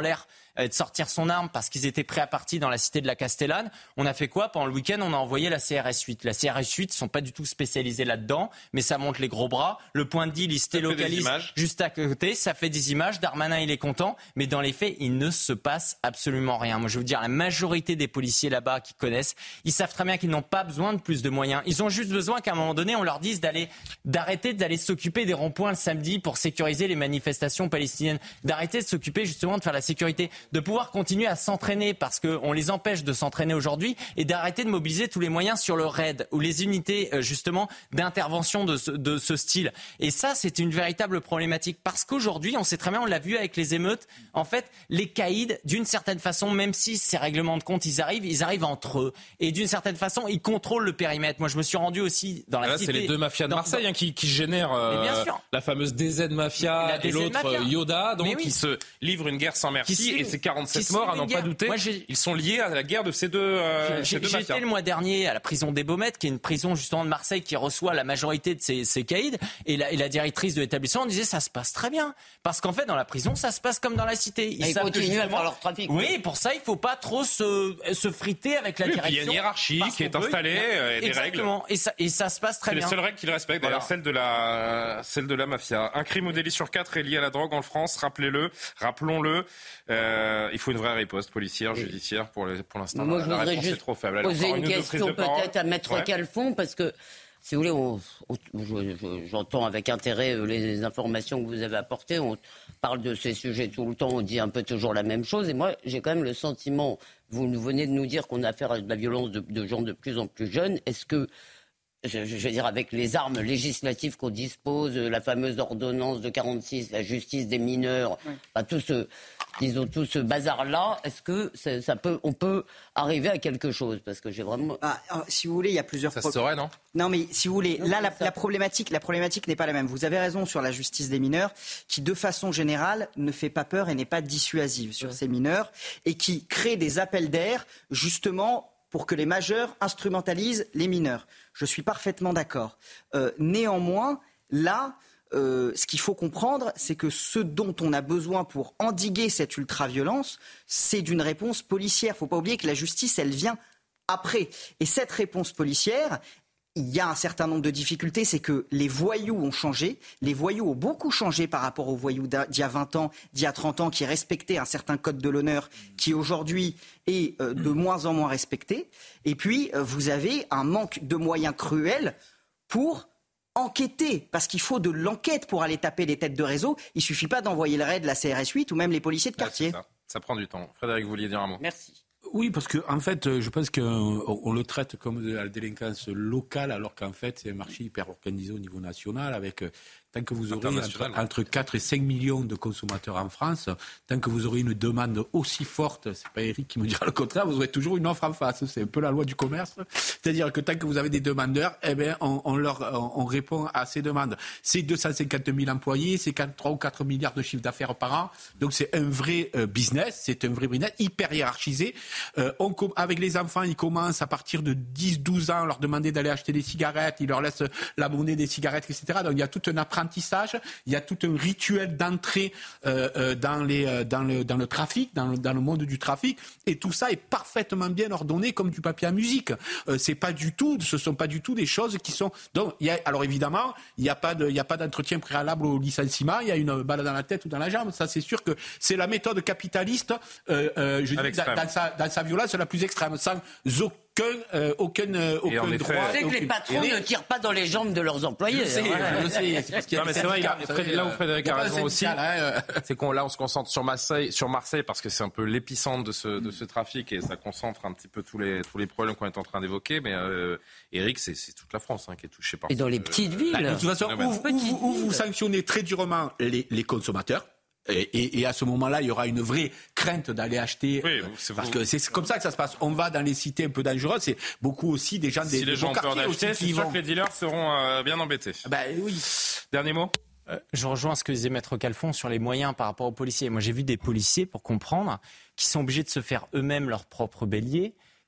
H: euh, de sortir son arme parce qu'ils étaient prêts à partir dans la cité de la Castellane. On a fait quoi? Pendant le week-end, on a envoyé la C R S huit. La C R S huit ne sont pas du tout spécialisés là-dedans, mais ça montre les gros bras. Le point de deal, il se délocalise juste à côté. Ça fait des images. Darmanin, il est content. Mais dans les faits, il ne se passe absolument rien. Moi, je veux dire, la majorité des policiers là-bas qui connaissent, ils savent très bien qu'ils n'ont pas besoin de plus de moyens. Ils ont juste besoin qu'à un moment donné, on leur dise d'aller, d'arrêter d'aller s'occuper des ronds-points le samedi pour sécuriser les manifestations palestiniennes, d'arrêter de s'occuper justement de faire la sécurité, de pouvoir continuer à s'entraîner parce qu'on les empêche de s'entraîner aujourd'hui et d'arrêter de mobiliser tous les moyens sur le raid ou les unités justement d'intervention de ce, de ce style. Et ça, c'est une véritable problématique parce qu'aujourd'hui, on sait très bien, on l'a vu avec les émeutes, en fait, les caïds, d'une certaine façon, même si ces règlements de compte, ils arrivent, ils arrivent entre eux. Et d'une certaine façon, ils contrôlent le périmètre. Moi, je me suis rendu aussi dans la
B: là,
H: cité.
B: C'est les deux mafias de Marseille dans... hein, qui, qui génèrent euh, la fameuse D Z Mafia et, et l'autre mafia. Yoda, donc oui. qui se livrent une guerre sans merci. Qui et ces quarante-sept morts, à n'en pas douter, Moi, ils sont liés à la guerre de ces deux, euh, ces deux mafias.
H: J'étais le mois dernier à la prison des Baumettes, qui est une prison justement de Marseille qui reçoit la majorité de ces, ces caïds. Et la, et la directrice de l'établissement disait ça se passe très bien. Parce qu'en fait, dans la prison, ça se passe comme dans la cité.
E: Ils, ils continuent à faire leur trafic.
H: Oui, pour ça, il ne faut pas trop se, se friter avec la
B: oui,
H: direction.
B: Il y a une hiérarchie qui est installée et des
H: Exactement.
B: règles.
H: Et ça, et ça se passe très
B: c'est
H: bien.
B: C'est les seules règles qu'ils respectent, d'ailleurs, voilà. celle, de la, celle de la mafia. Un crime ou délit sur quatre est lié à la drogue en France, rappelez-le, rappelons-le. Euh, il faut une vraie riposte policière, judiciaire pour, les, pour l'instant.
E: Moi,
B: la,
E: je
B: la
E: voudrais
B: réponse
E: juste
B: est trop faible.
E: poser une, une question peut-être à Maître
B: ouais.
E: Calfon, parce que si vous voulez, on, on, je, je, j'entends avec intérêt les informations que vous avez apportées. On parle de ces sujets tout le temps, on dit un peu toujours la même chose. Et moi, j'ai quand même le sentiment, vous venez de nous dire qu'on a affaire à de la violence de, de gens de plus en plus jeunes. Est-ce que, je, je veux dire, avec les armes législatives qu'on dispose, la fameuse ordonnance de quarante-six, la justice des mineurs, oui. enfin, tout ce, disons, tout ce bazar-là, est-ce que ça, ça peut, on peut arriver à quelque chose? Parce que j'ai vraiment...
I: Ah, alors, si vous voulez, il y a plusieurs...
B: Ça se saurait, non?
I: Non, mais si vous voulez, non, là, la, la, problématique, la problématique n'est pas la même. Vous avez raison sur la justice des mineurs, qui, de façon générale, ne fait pas peur et n'est pas dissuasive sur ouais. ces mineurs, et qui crée des appels d'air, justement, pour que les majeurs instrumentalisent les mineurs. Je suis parfaitement d'accord. Euh, néanmoins, là... Euh, ce qu'il faut comprendre, c'est que ce dont on a besoin pour endiguer cette ultra-violence, c'est d'une réponse policière. Il ne faut pas oublier que la justice, elle vient après. Et cette réponse policière, il y a un certain nombre de difficultés, c'est que les voyous ont changé. Les voyous ont beaucoup changé par rapport aux voyous d'il y a vingt ans, d'il y a trente ans, qui respectaient un certain code de l'honneur, qui aujourd'hui est euh, de moins en moins respecté. Et puis, euh, vous avez un manque de moyens cruels pour... enquêter, parce qu'il faut de l'enquête pour aller taper les têtes de réseau. Il ne suffit pas d'envoyer le raid, la C R S huit ou même les policiers de quartier.
B: Ah, ça. ça prend du temps. Frédéric, vous vouliez dire un mot?
E: Merci.
D: Oui, parce qu'en en fait, je pense qu'on on le traite comme de la délinquance locale, alors qu'en fait, c'est un marché hyper organisé au niveau national, avec... Tant que vous aurez entre, entre quatre et cinq millions de consommateurs en France, tant que vous aurez une demande aussi forte, c'est pas Eric qui me dira le contraire, vous aurez toujours une offre en face. C'est un peu la loi du commerce. C'est-à-dire que tant que vous avez des demandeurs, eh bien, on, on leur, on, on répond à ces demandes. C'est deux cent cinquante mille employés, c'est trois ou quatre milliards de chiffre d'affaires par an. Donc c'est un vrai euh, business, c'est un vrai business hyper hiérarchisé. Euh, on, avec les enfants, ils commencent à partir de dix douze ans, leur demander d'aller acheter des cigarettes, ils leur laissent la monnaie des cigarettes, et cetera. Donc il y a tout un apprentissage. Il y a tout un rituel d'entrée euh, euh, dans, les, euh, dans, le, dans le trafic, dans le, dans le monde du trafic, et tout ça est parfaitement bien ordonné comme du papier à musique. Euh, c'est pas du tout, ce sont pas du tout des choses qui sont. Donc, il y a, alors évidemment, il n'y a pas de, il y a pas d'entretien préalable au licenciement. Il y a une balle dans la tête ou dans la jambe. Ça, c'est sûr que c'est la méthode capitaliste, euh, euh, je dis, dans, dans, sa, dans sa violence la plus extrême, sans aucun Aucun, euh, aucun, euh, aucun droit.
E: C'est que les patrons ne tirent pas dans les jambes de leurs employés.
B: Je sais, je sais. C'est parce qu'il y a non, mais c'est vrai, là où Frédéric a raison aussi, c'est qu'on là on se concentre sur Marseille, sur Marseille parce que c'est un peu l'épicentre de ce, de ce trafic et ça concentre un petit peu tous les, tous les problèmes qu'on est en train d'évoquer. Mais euh, Eric, c'est, c'est toute la France hein, qui est touchée par.
E: Et dans les petites villes.
D: Bah, de toute façon, où, où, où vous sanctionnez très durement les, les consommateurs. Et, et, et à ce moment-là, il y aura une vraie crainte d'aller acheter, oui, c'est parce vous. que c'est comme ça que ça se passe. On va dans les cités un peu dangereuses, c'est beaucoup aussi des gens
B: si des
D: Si
B: les gens ont peur d'acheter, c'est sûr
D: vont...
B: que les dealers seront euh, bien embêtés.
D: Bah oui.
B: Dernier mot.
H: Euh, je rejoins ce que disait Maître Calfon sur les moyens par rapport aux policiers. Moi, j'ai vu des policiers, pour comprendre, qui sont obligés de se faire eux-mêmes leur propre bélier,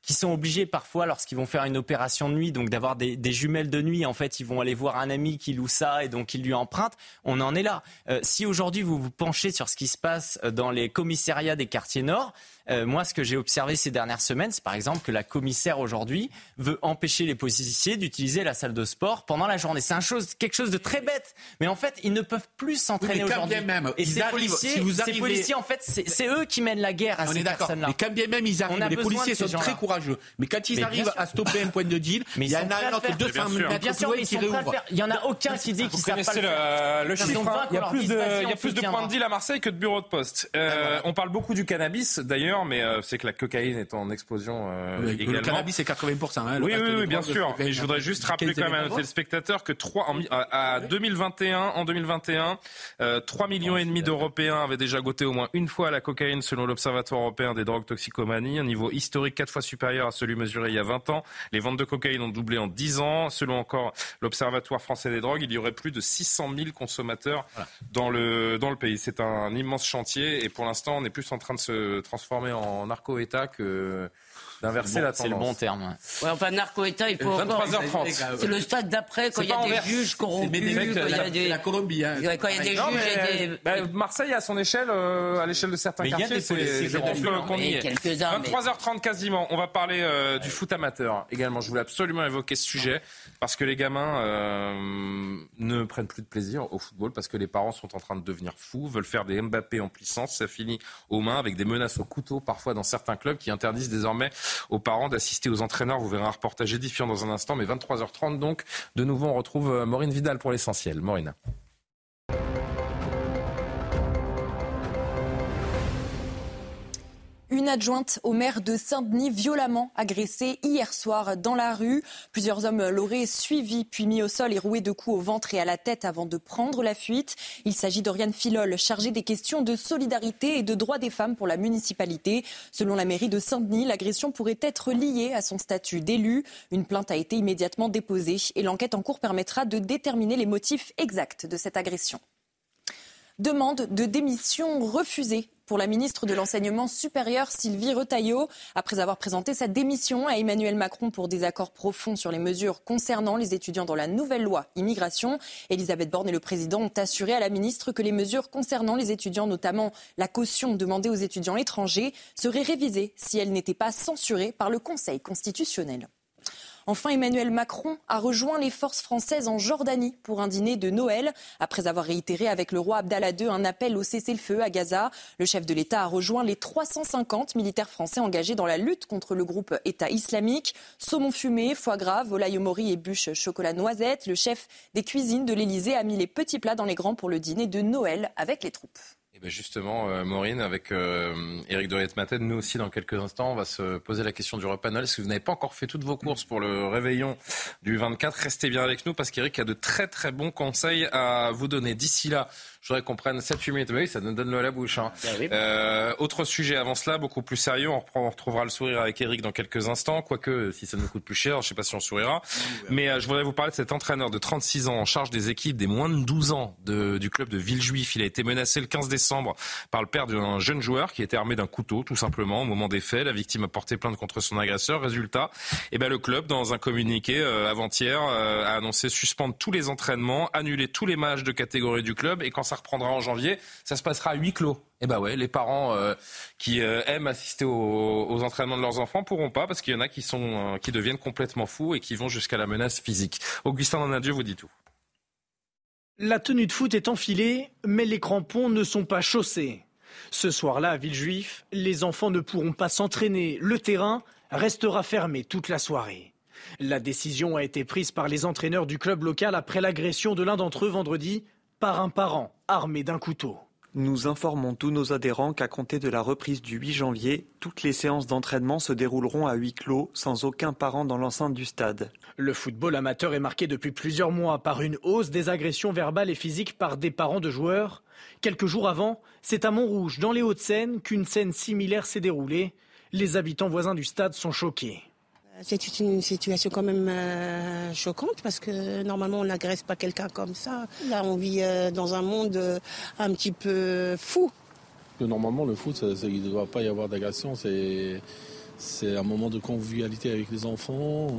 H: qui sont obligés parfois, lorsqu'ils vont faire une opération de nuit, donc d'avoir des, des jumelles de nuit. En fait, ils vont aller voir un ami qui loue ça et donc il lui emprunte. On en est là. Euh, si aujourd'hui vous vous penchez sur ce qui se passe dans les commissariats des quartiers nord, Euh, moi, ce que j'ai observé ces dernières semaines, c'est par exemple que la commissaire aujourd'hui veut empêcher les policiers d'utiliser la salle de sport pendant la journée. C'est un chose, quelque chose de très bête. Mais en fait, ils ne peuvent plus s'entraîner
D: oui,
H: aujourd'hui.
D: Même,
H: et ces
D: arrivent,
H: policiers,
D: si vous arrivez...
H: ces policiers, en fait, c'est, c'est eux qui mènent la guerre à
D: on
H: ces personnes-là.
D: Mais quand bien même ils arrivent, les policiers sont très courageux. Mais quand ils mais arrivent à stopper un point de deal, il y en a un autre deux cents mètres plus loin qui réouvre.
H: Il n'y en a aucun qui dit qu'ils savent pas le faire.
B: Le chiffre, hein. Il y a plus de, il y a plus de points de deal à Marseille que de bureaux de poste. Euh, on parle beaucoup du cannabis, d'ailleurs, mais euh, c'est que la cocaïne est en explosion euh,
D: oui,
B: également.
D: Le cannabis, c'est quatre-vingts pour cent. Hein,
B: oui, oui, oui, bien sûr. Et je voudrais juste rappeler quand même à nos téléspectateurs que trois, en, à, à deux mille vingt et un, en deux mille vingt et un, euh, trois millions et demi d'Européens avaient déjà goûté au moins une fois à la cocaïne selon l'Observatoire européen des drogues toxicomanie, un niveau historique quatre fois supérieur à celui mesuré il y a vingt ans. Les ventes de cocaïne ont doublé en dix ans. Selon encore l'Observatoire français des drogues, il y aurait plus de six cent mille consommateurs voilà. dans le dans le pays. C'est un immense chantier et pour l'instant, on est plus en train de se transformer en narco-État que d'inverser
H: bon,
B: la tendance.
H: C'est le bon terme. Ouais.
E: Ouais, enfin, narco-État, il faut
B: vingt-trois heures trente.
E: C'est le stade d'après, quand il y a des juges corrompus, quand il y a des...
D: La Colombie, hein.
E: Quand il y a des
B: non,
E: juges
B: mais,
E: et des...
B: Bah, Marseille, à son échelle, euh, à l'échelle de certains
H: mais
B: quartiers, c'est... Je pense qu'on y est. vingt-trois heures trente quasiment. On va parler euh, du foot amateur également. Je voulais absolument évoquer ce sujet parce que les gamins euh, ne prennent plus de plaisir au football parce que les parents sont en train de devenir fous, veulent faire des Mbappé en puissance. Ça finit aux mains avec des menaces au couteau parfois dans certains clubs qui interdisent désormais aux parents d'assister aux entraîneurs. Vous verrez un reportage édifiant dans un instant, mais vingt-trois heures trente donc. De nouveau, on retrouve Maureen Vidal pour l'essentiel. Maureen.
C: Une adjointe au maire de Saint-Denis violemment agressée hier soir dans la rue. Plusieurs hommes l'auraient suivi puis mis au sol et roué de coups au ventre et à la tête avant de prendre la fuite. Il s'agit d'Oriane Filol, chargée des questions de solidarité et de droits des femmes pour la municipalité. Selon la mairie de Saint-Denis, l'agression pourrait être liée à son statut d'élu. Une plainte a été immédiatement déposée et l'enquête en cours permettra de déterminer les motifs exacts de cette agression. Demande de démission refusée pour la ministre de l'Enseignement supérieur, Sylvie Retailleau. Après avoir présenté sa démission à Emmanuel Macron pour des accords profonds sur les mesures concernant les étudiants dans la nouvelle loi immigration, Elisabeth Borne et le président ont assuré à la ministre que les mesures concernant les étudiants, notamment la caution demandée aux étudiants étrangers, seraient révisées si elles n'étaient pas censurées par le Conseil constitutionnel. Enfin, Emmanuel Macron a rejoint les forces françaises en Jordanie pour un dîner de Noël. Après avoir réitéré avec le roi Abdallah deux un appel au cessez-le-feu à Gaza, le chef de l'État a rejoint les trois cent cinquante militaires français engagés dans la lutte contre le groupe État islamique. Saumon fumé, foie gras, volaille au mori et bûche chocolat noisette. Le chef des cuisines de l'Élysée a mis les petits plats dans les grands pour le dîner de Noël avec les troupes.
B: Et bien justement, euh, Maureen, avec euh, Éric de Ritmaten, nous aussi dans quelques instants, on va se poser la question du repas de Noël. Si vous n'avez pas encore fait toutes vos courses pour le réveillon du vingt-quatre, restez bien avec nous parce qu'Éric a de très très bons conseils à vous donner. D'ici là, je voudrais qu'on prenne sept huit minutes. Oui, ça nous donne l'eau à la bouche. Hein. Euh, autre sujet avant cela, beaucoup plus sérieux. On, reprend, on retrouvera le sourire avec Éric dans quelques instants. Quoique, si ça nous coûte plus cher, je ne sais pas si on sourira. Mais euh, je voudrais vous parler de cet entraîneur de trente-six ans en charge des équipes des moins de douze ans de, du club de Villejuif. Il a été menacé le quinze décembre par le père d'un jeune joueur qui était armé d'un couteau, tout simplement, au moment des faits. La victime a porté plainte contre son agresseur. Résultat, eh ben, le club, dans un communiqué euh, avant-hier, euh, a annoncé suspendre tous les entraînements, annuler tous les matchs de catégorie du club. Et quand ça reprendra en janvier, ça se passera à huis clos. Eh ben ouais, les parents euh, qui euh, aiment assister aux, aux entraînements de leurs enfants pourront pas parce qu'il y en a qui sont euh, qui deviennent complètement fous et qui vont jusqu'à la menace physique. Augustin Donadieu vous dit tout.
U: La tenue de foot est enfilée, mais les crampons ne sont pas chaussés. Ce soir-là, à Villejuif, les enfants ne pourront pas s'entraîner. Le terrain restera fermé toute la soirée. La décision a été prise par les entraîneurs du club local après l'agression de l'un d'entre eux vendredi par un parent armé d'un couteau.
V: Nous informons tous nos adhérents qu'à compter de la reprise du huit janvier, toutes les séances d'entraînement se dérouleront à huis clos, sans aucun parent dans l'enceinte du stade.
U: Le football amateur est marqué depuis plusieurs mois par une hausse des agressions verbales et physiques par des parents de joueurs. Quelques jours avant, c'est à Montrouge, dans les Hauts-de-Seine, qu'une scène similaire s'est déroulée. Les habitants voisins du stade sont choqués.
W: C'est une situation quand même euh, choquante parce que normalement on n'agresse pas quelqu'un comme ça. Là on vit euh, dans un monde euh, un petit peu fou.
X: Normalement le foot, ça, ça, il ne doit pas y avoir d'agression. C'est,
A: c'est un moment de convivialité avec les enfants,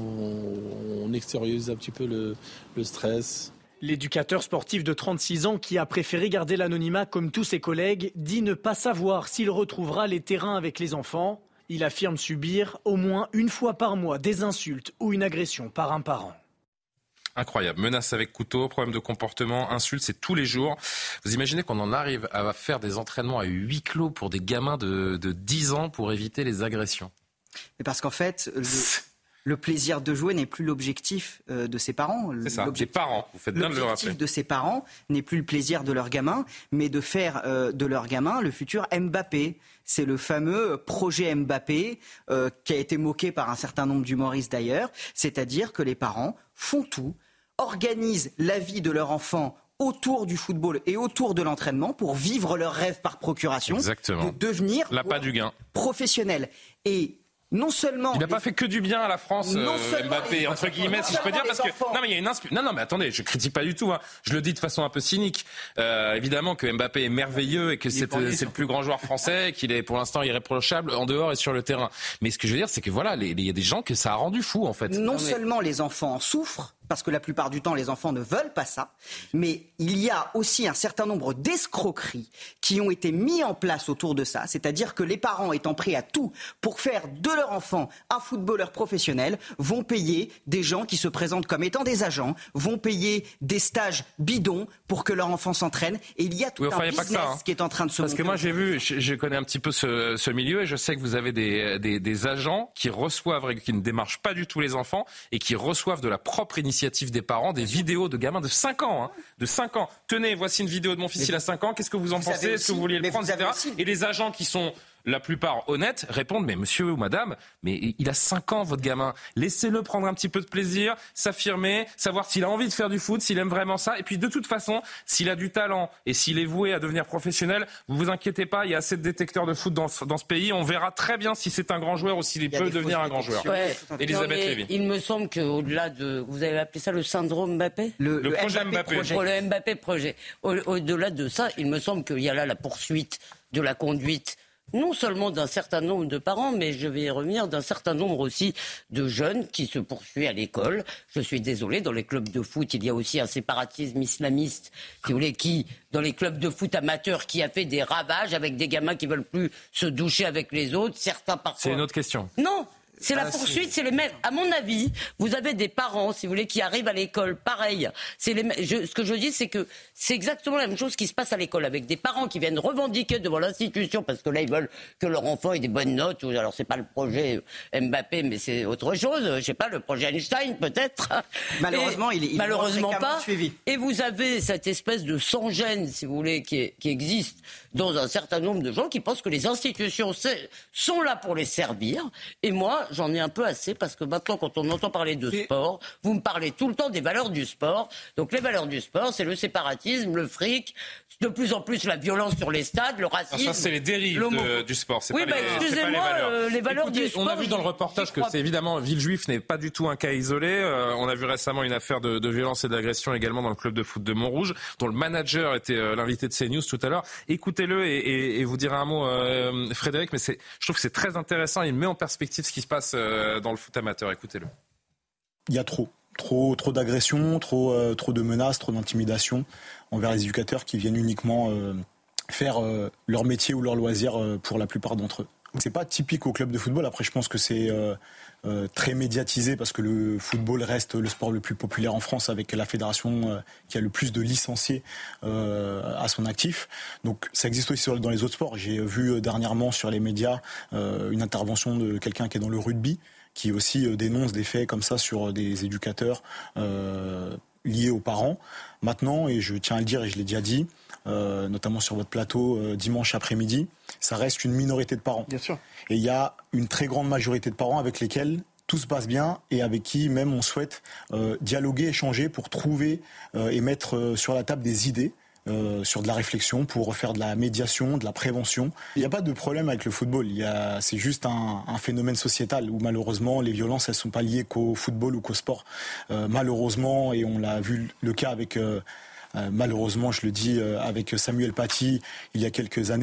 A: on, on extériorise un petit peu le, le stress.
U: L'éducateur sportif de trente-six ans qui a préféré garder l'anonymat comme tous ses collègues dit ne pas savoir s'il retrouvera les terrains avec les enfants. Il affirme subir au moins une fois par mois des insultes ou une agression par un parent.
B: Incroyable. Menaces avec couteau, problème de comportement, insultes, c'est tous les jours. Vous imaginez qu'on en arrive à faire des entraînements à huis clos pour des gamins de, de dix ans pour éviter les agressions?
I: Mais parce qu'en fait, le, le plaisir de jouer n'est plus l'objectif euh, de ses parents.
B: C'est ça, des parents. Vous faites bien de le rappeler.
I: L'objectif de ses parents n'est plus le plaisir de leur gamin, mais de faire euh, de leur gamin le futur Mbappé. C'est le fameux projet Mbappé euh, qui a été moqué par un certain nombre d'humoristes d'ailleurs. C'est-à-dire que les parents font tout, organisent la vie de leur enfant autour du football et autour de l'entraînement pour vivre leur rêve par procuration.
B: Exactement.
I: De devenir
B: l'appât du gain.
I: Professionnel. Et non seulement...
B: Il n'a pas fait que du bien à la France,
I: non
B: euh, Mbappé, les... entre guillemets, si je peux dire, parce que... Non, mais il y a une inspi... Non, non, mais attendez, je critique pas du tout, hein. Je le dis de façon un peu cynique. Euh, évidemment que Mbappé est merveilleux et que c'est, c'est le plus grand joueur français, qu'il est pour l'instant irréprochable en dehors et sur le terrain. Mais ce que je veux dire, c'est que voilà, il y a des gens que ça a rendu fou, en fait.
I: Non,
B: non mais...
I: seulement les enfants en souffrent, parce que la plupart du temps, les enfants ne veulent pas ça, mais il y a aussi un certain nombre d'escroqueries qui ont été mis en place autour de ça, c'est-à-dire que les parents étant prêts à tout pour faire de leur enfant un footballeur professionnel, vont payer des gens qui se présentent comme étant des agents, vont payer des stages bidons pour que leur enfant s'entraîne, et il y a tout oui, enfin, un business ça, hein. qui est en train de se
B: Parce
I: monter.
B: que moi j'ai vu, je, je connais un petit peu ce, ce milieu, et je sais que vous avez des, des, des agents qui reçoivent, qui ne démarchent pas du tout les enfants, et qui reçoivent de la propre initiative initiative des parents, des vidéos de gamins de cinq ans, hein, de cinq ans. Tenez, voici une vidéo de mon fils, mais il a cinq ans, qu'est-ce que vous en vous pensez? Est-ce que vous vouliez le prendre, et cetera. Et les agents qui sont la plupart honnêtes répondent, mais monsieur ou madame, mais il a cinq ans votre gamin, laissez-le prendre un petit peu de plaisir, s'affirmer, savoir s'il a envie de faire du foot, s'il aime vraiment ça, et puis de toute façon, s'il a du talent et s'il est voué à devenir professionnel, vous vous inquiétez pas, il y a assez de détecteurs de foot dans ce, dans ce pays, on verra très bien si c'est un grand joueur ou s'il peut devenir un grand joueur.
E: Ouais.
B: Elisabeth
E: non,
B: Lévy.
E: Il me semble qu'au-delà de, vous avez appelé ça le syndrome Mbappé,
B: le, le, le projet
E: Mbappé,
B: Mbappé.
E: Projet. Le Mbappé projet. Au, au-delà de ça, il me semble qu'il y a là la poursuite de la conduite, non seulement d'un certain nombre de parents, mais je vais y revenir, d'un certain nombre aussi de jeunes qui se poursuivent à l'école. Je suis désolé, dans les clubs de foot, il y a aussi un séparatisme islamiste, si vous voulez, qui, dans les clubs de foot amateurs, qui a fait des ravages avec des gamins qui veulent plus se doucher avec les autres, certains parfois...
B: C'est une autre question.
E: Non. C'est la
B: ah,
E: poursuite,
B: c'est...
E: c'est les mêmes. À mon avis, vous avez des parents, si vous voulez, qui arrivent à l'école, pareil. C'est les... je... Ce que je dis, c'est que c'est exactement la même chose qui se passe à l'école, avec des parents qui viennent revendiquer devant l'institution, parce que là, ils veulent que leur enfant ait des bonnes notes. Ou... Alors, c'est pas le projet Mbappé, mais c'est autre chose. Je sais pas, le projet Einstein, peut-être.
I: Malheureusement,
E: Et...
I: il est il
E: malheureusement pas.
I: Suivi.
E: Et vous avez cette espèce de sans-gêne, si vous voulez, qui, est... qui existe dans un certain nombre de gens qui pensent que les institutions sont là pour les servir. Et moi, j'en ai un peu assez, parce que maintenant, quand on entend parler de sport, vous me parlez tout le temps des valeurs du sport. Donc les valeurs du sport, c'est le séparatisme, le fric, de plus en plus la violence sur les stades, le racisme.
B: Ah, ça, c'est les dérives de, du sport. C'est
E: oui,
B: pas,
E: bah,
B: les, c'est pas les valeurs.
E: Euh, les valeurs
B: Écoutez,
E: du sport.
B: On a vu dans le reportage que c'est évidemment, Villejuif n'est pas du tout un cas isolé. Euh, on a vu récemment une affaire de, de violence et d'agression également dans le club de foot de Montrouge, dont le manager était euh, l'invité de CNews tout à l'heure. Écoutez-le et, et, et vous direz un mot, euh, Frédéric, mais c'est, je trouve que c'est très intéressant. Il met en perspective ce qui se passe euh, dans le foot amateur. Écoutez-le.
F: Il y a trop, trop, trop d'agressions, trop, euh, trop de menaces, trop d'intimidation envers les éducateurs qui viennent uniquement euh, faire euh, leur métier ou leur loisir euh, pour la plupart d'entre eux. C'est pas typique au club de football. Après, je pense que c'est euh, euh, très médiatisé parce que le football reste le sport le plus populaire en France, avec la fédération euh, qui a le plus de licenciés euh, à son actif. Donc, ça existe aussi dans les autres sports. J'ai vu dernièrement sur les médias euh, une intervention de quelqu'un qui est dans le rugby, qui aussi euh, dénonce des faits comme ça sur des éducateurs euh, liés aux parents. Maintenant, et je tiens à le dire et je l'ai déjà dit, euh, notamment sur votre plateau euh, dimanche après-midi, ça reste une minorité de parents. Bien sûr. Et il y a une très grande majorité de parents avec lesquels tout se passe bien et avec qui même on souhaite euh, dialoguer, échanger pour trouver euh, et mettre euh, sur la table des idées. Euh, sur de la réflexion pour faire de la médiation, de la prévention. Il n'y a pas de problème avec le football. Il y a, c'est juste un, un phénomène sociétal où malheureusement les violences elles sont pas liées qu'au football ou qu'au sport. Euh, malheureusement, et on l'a vu le cas avec euh, euh, malheureusement, je le dis, euh, avec Samuel Paty il y a quelques années,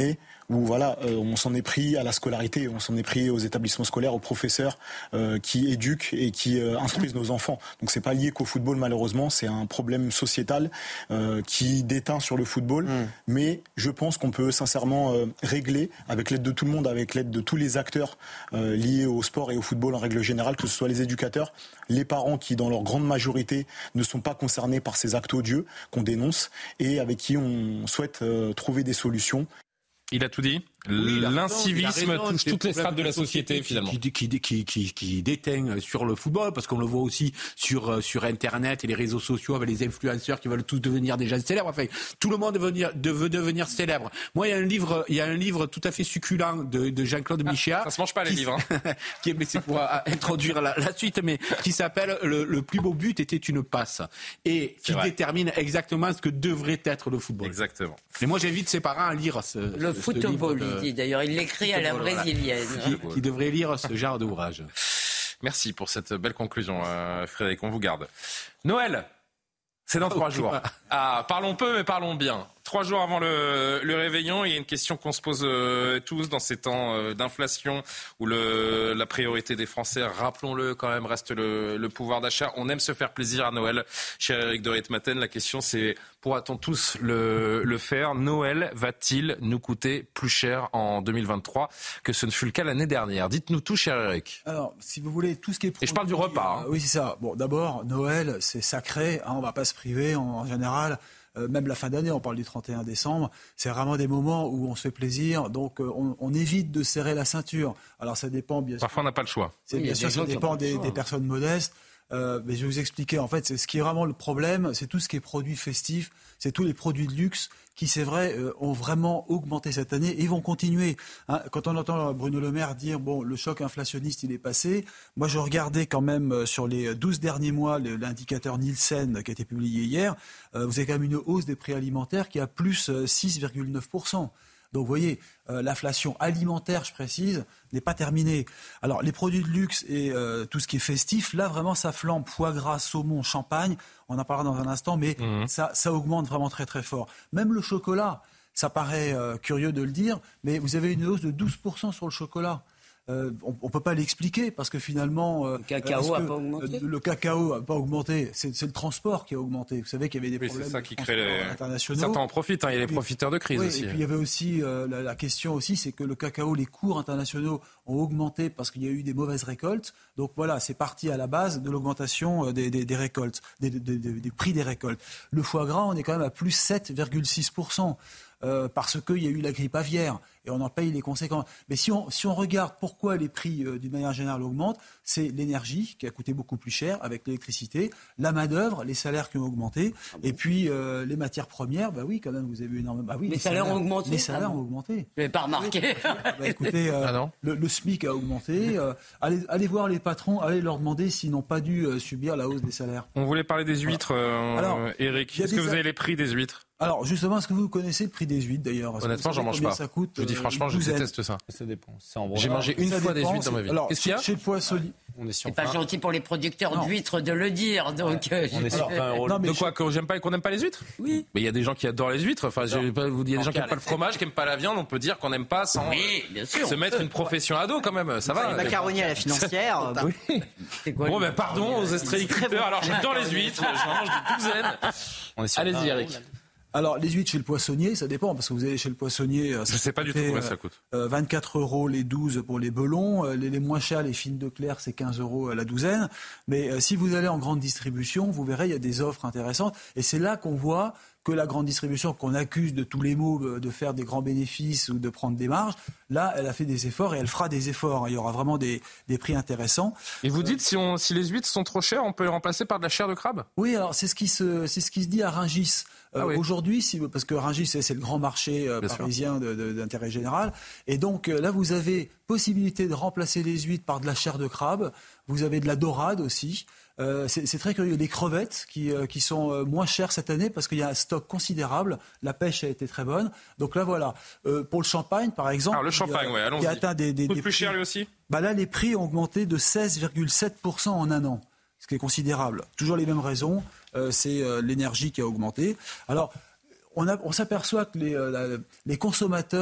F: où voilà, euh, on s'en est pris à la scolarité, on s'en est pris aux établissements scolaires, aux professeurs euh, qui éduquent et qui euh, instruisent nos enfants. Donc c'est pas lié qu'au football malheureusement, c'est un problème sociétal euh, qui déteint sur le football. Mmh. Mais je pense qu'on peut sincèrement euh, régler avec l'aide de tout le monde, avec l'aide de tous les acteurs euh, liés au sport et au football en règle générale, que ce soit les éducateurs, les parents qui dans leur grande majorité ne sont pas concernés par ces actes odieux qu'on dénonce et avec qui on souhaite euh, trouver des solutions.
B: Il a tout dit.
D: Oui,
B: L'incivisme touche toutes les strates de la société,
D: qui,
B: finalement.
D: Qui, qui, qui, qui, qui déteignent sur le football, parce qu'on le voit aussi sur, sur Internet et les réseaux sociaux avec les influenceurs qui veulent tous devenir des gens célèbres. Enfin, tout le monde veut devenir, veut devenir célèbre. Moi, il y a un livre, il y a un livre tout à fait succulent de, de Jean-Claude ah, Michéa.
B: Ça se mange pas, les livres. Hein.
D: qui, mais c'est pour euh, introduire la, la suite, mais qui s'appelle le, le plus beau but était une passe. Et qui détermine exactement ce que devrait être le football.
B: Exactement.
D: Et moi, j'invite ses parents à lire ce,
E: le
D: ce,
E: football.
D: ce
E: dit d'ailleurs, il l'écrit à la brésilienne.
D: Qui, qui devrait lire ce genre d'ouvrage.
B: Merci pour cette belle conclusion, euh, Frédéric, on vous garde. Noël, c'est dans trois jours. Ah, parlons peu, mais parlons bien. Trois jours avant le, le réveillon, il y a une question qu'on se pose euh, tous dans ces temps euh, d'inflation où le, la priorité des Français, rappelons-le quand même, reste le, le pouvoir d'achat. On aime se faire plaisir à Noël. Cher Éric de Ritmaten, la question c'est, pourra-t-on tous le, le faire? Noël va-t-il nous coûter plus cher en deux mille vingt-trois que ce ne fut le cas l'année dernière? Dites-nous tout, cher Éric.
J: Alors, si vous voulez, tout ce qui est produit,
B: et je parle du repas. Hein.
J: Euh, oui, c'est ça. Bon, d'abord, Noël, c'est sacré. Hein, on ne va pas se priver en, en général. Euh, même la fin d'année, on parle du trente et un décembre, c'est vraiment des moments où on se fait plaisir, donc euh, on, on évite de serrer la ceinture. Alors ça dépend bien sûr.
B: Parfois on n'a pas le choix.
J: C'est, oui, bien sûr, ça dépend des, des personnes modestes. Euh, mais je vais vous expliquer, en fait, c'est ce qui est vraiment le problème, c'est tout ce qui est produit festif, c'est tous les produits de luxe qui, c'est vrai, euh, ont vraiment augmenté cette année et vont continuer. Hein, quand on entend Bruno Le Maire dire, bon, le choc inflationniste, il est passé, moi je regardais quand même euh, sur les douze derniers mois le, l'indicateur Nielsen qui a été publié hier, euh, vous avez quand même une hausse des prix alimentaires qui a plus euh, six virgule neuf pour cent. Donc vous voyez, euh, l'inflation alimentaire, je précise, n'est pas terminée. Alors les produits de luxe et euh, tout ce qui est festif, là vraiment ça flambe, foie gras, saumon, champagne, on en parlera dans un instant, mais mmh. ça, ça augmente vraiment très très fort. Même le chocolat, ça paraît euh, curieux de le dire, mais vous avez une hausse de douze pour cent sur le chocolat. Euh, on ne peut pas l'expliquer parce que finalement euh,
E: le cacao n'a pas augmenté.
J: Le cacao n'a pas augmenté, c'est, c'est le transport qui a augmenté. Vous savez qu'il y avait des
B: oui,
J: problèmes
B: c'est ça qui crée les...
J: internationaux.
B: Certains en profitent, hein, il y a les puis, profiteurs de crise
J: oui,
B: aussi.
J: Et puis il y avait aussi euh, la, la question aussi, c'est que le cacao, les cours internationaux ont augmenté parce qu'il y a eu des mauvaises récoltes. Donc voilà, c'est parti à la base de l'augmentation des, des, des récoltes, des, des, des, des prix des récoltes. Le foie gras, on est quand même à plus sept virgule six pour cent. Euh, parce qu'il y a eu la grippe aviaire et on en paye les conséquences. Mais si on, si on regarde pourquoi les prix, euh, d'une manière générale, augmentent, c'est l'énergie qui a coûté beaucoup plus cher avec l'électricité, la main-d'œuvre, les salaires qui ont augmenté, ah bon et puis euh, les matières premières. Bah oui, quand même, vous avez eu énormément. Bah oui,
E: les,
J: les
E: salaires,
J: salaires
E: ont augmenté.
J: Les salaires
E: ah bon.
J: ont augmenté.
E: Je n'avais pas remarqué.
J: Bah, écoutez, euh, ah non. le, le SMIC a augmenté. Euh, allez, allez voir les patrons, allez leur demander s'ils n'ont pas dû euh, subir la hausse des salaires.
B: On voulait parler des huîtres, euh, Alors, Eric. Est-ce que vous avez les prix des huîtres?
J: Alors justement, est-ce que vous connaissez le prix des huîtres d'ailleurs?
B: Honnêtement, j'en mange pas.
J: Ça coûte,
B: je vous dis franchement, je déteste ça.
A: Ça dépend.
B: J'ai mangé une fois des huîtres dans ma vie.
J: Alors,
B: Qu'est-ce qu'il y a?
J: Chez le poissonnier.
E: On est c'est pas fin. Gentil pour les producteurs non. d'huîtres de le dire. Donc,
B: ouais. on est sur vingt euros. De quoi, qu'on j'aime pas et qu'on n'aime pas les huîtres?
E: Oui.
B: Mais il y a des gens qui adorent les huîtres. Enfin, il y a des gens qui n'aiment pas le fromage, qui n'aiment pas la viande. On peut dire qu'on n'aime pas sans
E: oui, bien sûr.
B: se mettre une profession à dos quand même. Ça va.
I: Les macaronis à la financière.
B: Oui. Bon, ben pardon aux ostréiculteurs. Alors, j'adore les huîtres. J'en mange des douzaines. Allez-y, Eric.
J: Alors, les huîtres chez le poissonnier, ça dépend, parce que vous allez chez le poissonnier...
B: Je ne sais pas du tout combien ça coûte.
J: Euh, vingt-quatre euros les douze pour les belons. Les, les moins chers, les fines de Clerc, c'est quinze euros à la douzaine. Mais euh, si vous allez en grande distribution, vous verrez, il y a des offres intéressantes. Et c'est là qu'on voit que la grande distribution, qu'on accuse de tous les maux de faire des grands bénéfices ou de prendre des marges, là, elle a fait des efforts et elle fera des efforts. Il y aura vraiment des, des prix intéressants.
B: Et vous dites, si, on, si les huîtres sont trop chères, on peut les remplacer par de la chair de crabe?
J: Oui, alors c'est ce qui se, c'est ce qui se dit à Rungis. Euh, ah oui. Aujourd'hui, si, parce que Rungis, c'est, c'est le grand marché euh, parisien de, de, d'intérêt général. Et donc euh, là, vous avez possibilité de remplacer les huîtres par de la chair de crabe. Vous avez de la dorade aussi. Euh, c'est, c'est très curieux. Les crevettes qui, euh, qui sont euh, moins chères cette année parce qu'il y a un stock considérable. La pêche a été très bonne. Donc là, voilà. Euh, pour le champagne, par exemple.
B: Alors le champagne,
J: qui,
B: ouais, allons-y.
J: Qui a atteint des, des,
B: des
J: plus
B: prix, cher lui aussi.
J: Bah là, les prix ont augmenté de seize virgule sept pour cent en un an, ce qui est considérable. Toujours les mêmes raisons. Euh, c'est euh, l'énergie qui a augmenté. Alors, on, a, on s'aperçoit que les, euh, la, les consommateurs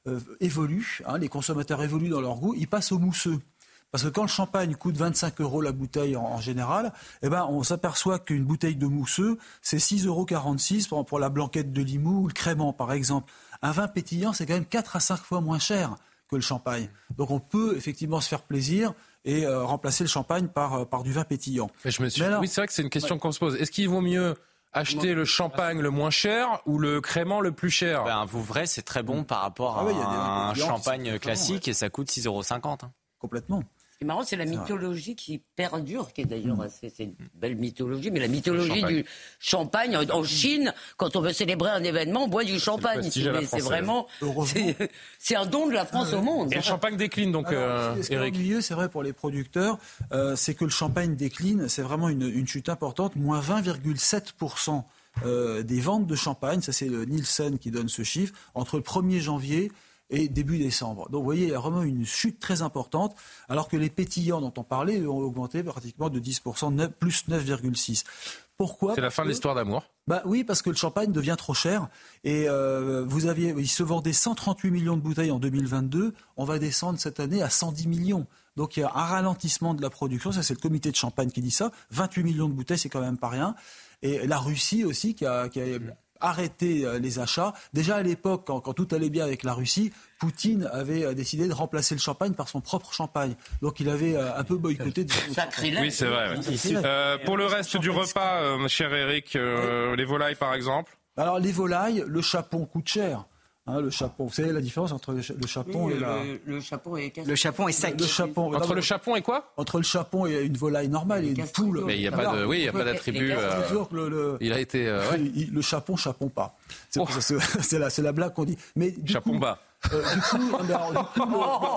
J: euh, évoluent, hein, les consommateurs évoluent dans leur goût, ils passent au mousseux. Parce que quand le champagne coûte vingt-cinq euros la bouteille en, en général, eh ben, on s'aperçoit qu'une bouteille de mousseux, c'est six euros quarante-six pour, pour la blanquette de Limoux ou le crément, par exemple. Un vin pétillant, c'est quand même quatre à cinq fois moins cher que le champagne. Donc on peut effectivement se faire plaisir et euh, remplacer le champagne par, euh, par du vin pétillant.
B: Mais je me suis... alors... Oui, c'est vrai que c'est une question ouais. qu'on se pose. Est-ce qu'il vaut mieux acheter le champagne le moins cher ou le crément le plus cher?
H: Ben, vous vrai, c'est très bon par rapport à ah oui, un champagne classique ouais. et ça coûte six euros cinquante. Hein.
J: Complètement.
E: C'est marrant, c'est la mythologie qui perdure, qui est d'ailleurs mmh. assez, c'est une belle mythologie, mais la mythologie du champagne en Chine, quand on veut célébrer un événement, on boit du champagne. C'est, c'est, c'est vraiment, c'est, c'est un don de la France
B: euh,
E: au monde.
B: Et le champagne décline, donc. Alors, euh,
J: ce qui est ennuyeux, c'est vrai pour les producteurs, euh, c'est que le champagne décline. C'est vraiment une, une chute importante, moins vingt virgule sept pour cent euh, des ventes de champagne. Ça, c'est le Nielsen qui donne ce chiffre entre le premier janvier et début décembre. Donc vous voyez, il y a vraiment une chute très importante, alors que les pétillants dont on parlait ont augmenté pratiquement de dix pour cent, plus neuf virgule six. Pourquoi ?
B: C'est la fin de l'histoire d'amour.
J: Bah oui, parce que le champagne devient trop cher. Et euh, vous aviez, il se vendait cent trente-huit millions de bouteilles en deux mille vingt-deux. On va descendre cette année à cent dix millions. Donc il y a un ralentissement de la production. Ça, c'est le comité de Champagne qui dit ça. vingt-huit millions de bouteilles, c'est quand même pas rien. Et la Russie aussi qui a... Qui a arrêter les achats. Déjà à l'époque, quand, quand tout allait bien avec la Russie, Poutine avait décidé de remplacer le champagne par son propre champagne. Donc il avait un peu boycotté.
B: Oui, c'est vrai. Ouais. Euh, pour le reste du repas, euh, cher Eric, euh, les volailles par exemple.
J: Alors les volailles, le chapon coûte cher. Hein, le chapon, vous savez la différence entre le chapon
E: oui,
J: et la...
E: Le, le chapon est
I: le chapon est sec.
J: Le chapon,
B: entre non, le chapon et quoi?
J: Entre le chapon et une volaille normale et une poule.
B: Mais il n'y a pas de, oui, il y a pas d'attribut. Euh,
J: le, le,
B: il a été. Euh, ouais.
J: il, le chapon, chapon pas. C'est, oh. c'est, c'est, la, c'est la blague qu'on dit. Mais du
B: chapon
J: coup,
B: bas.
J: Euh, du coup, alors, du coup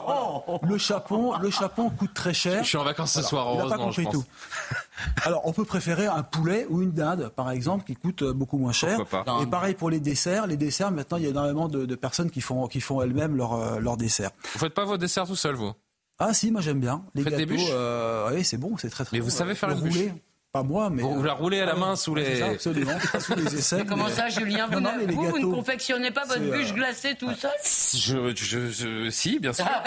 J: le, le chapon, le chapon coûte très cher.
B: Je suis en vacances ce soir,
J: alors,
B: heureusement, je pense. Tout.
J: Alors, on peut préférer un poulet ou une dinde, par exemple, qui coûte beaucoup moins cher. Et pareil pour les desserts. Les desserts, maintenant, il y a énormément de, de personnes qui font, qui font elles-mêmes leurs leur desserts.
B: Vous faites pas vos desserts tout seul, vous?
J: Ah si, moi j'aime bien.
B: Les vous
J: gâteaux,
B: faites des bûches
J: euh, oui, c'est bon, c'est très très
B: Mais
J: bon.
B: vous savez faire une
J: rouler.
B: bûche?
J: Pas moi, mais...
B: Vous, vous la roulez à la main sous les...
J: Ça, absolument, pas sous les essais.
E: Mais comment mais... ça, Julien? Vous, non, non, vous, vous ne confectionnez pas votre bûche euh... glacée tout seul?
B: je, je, je, Si, bien sûr.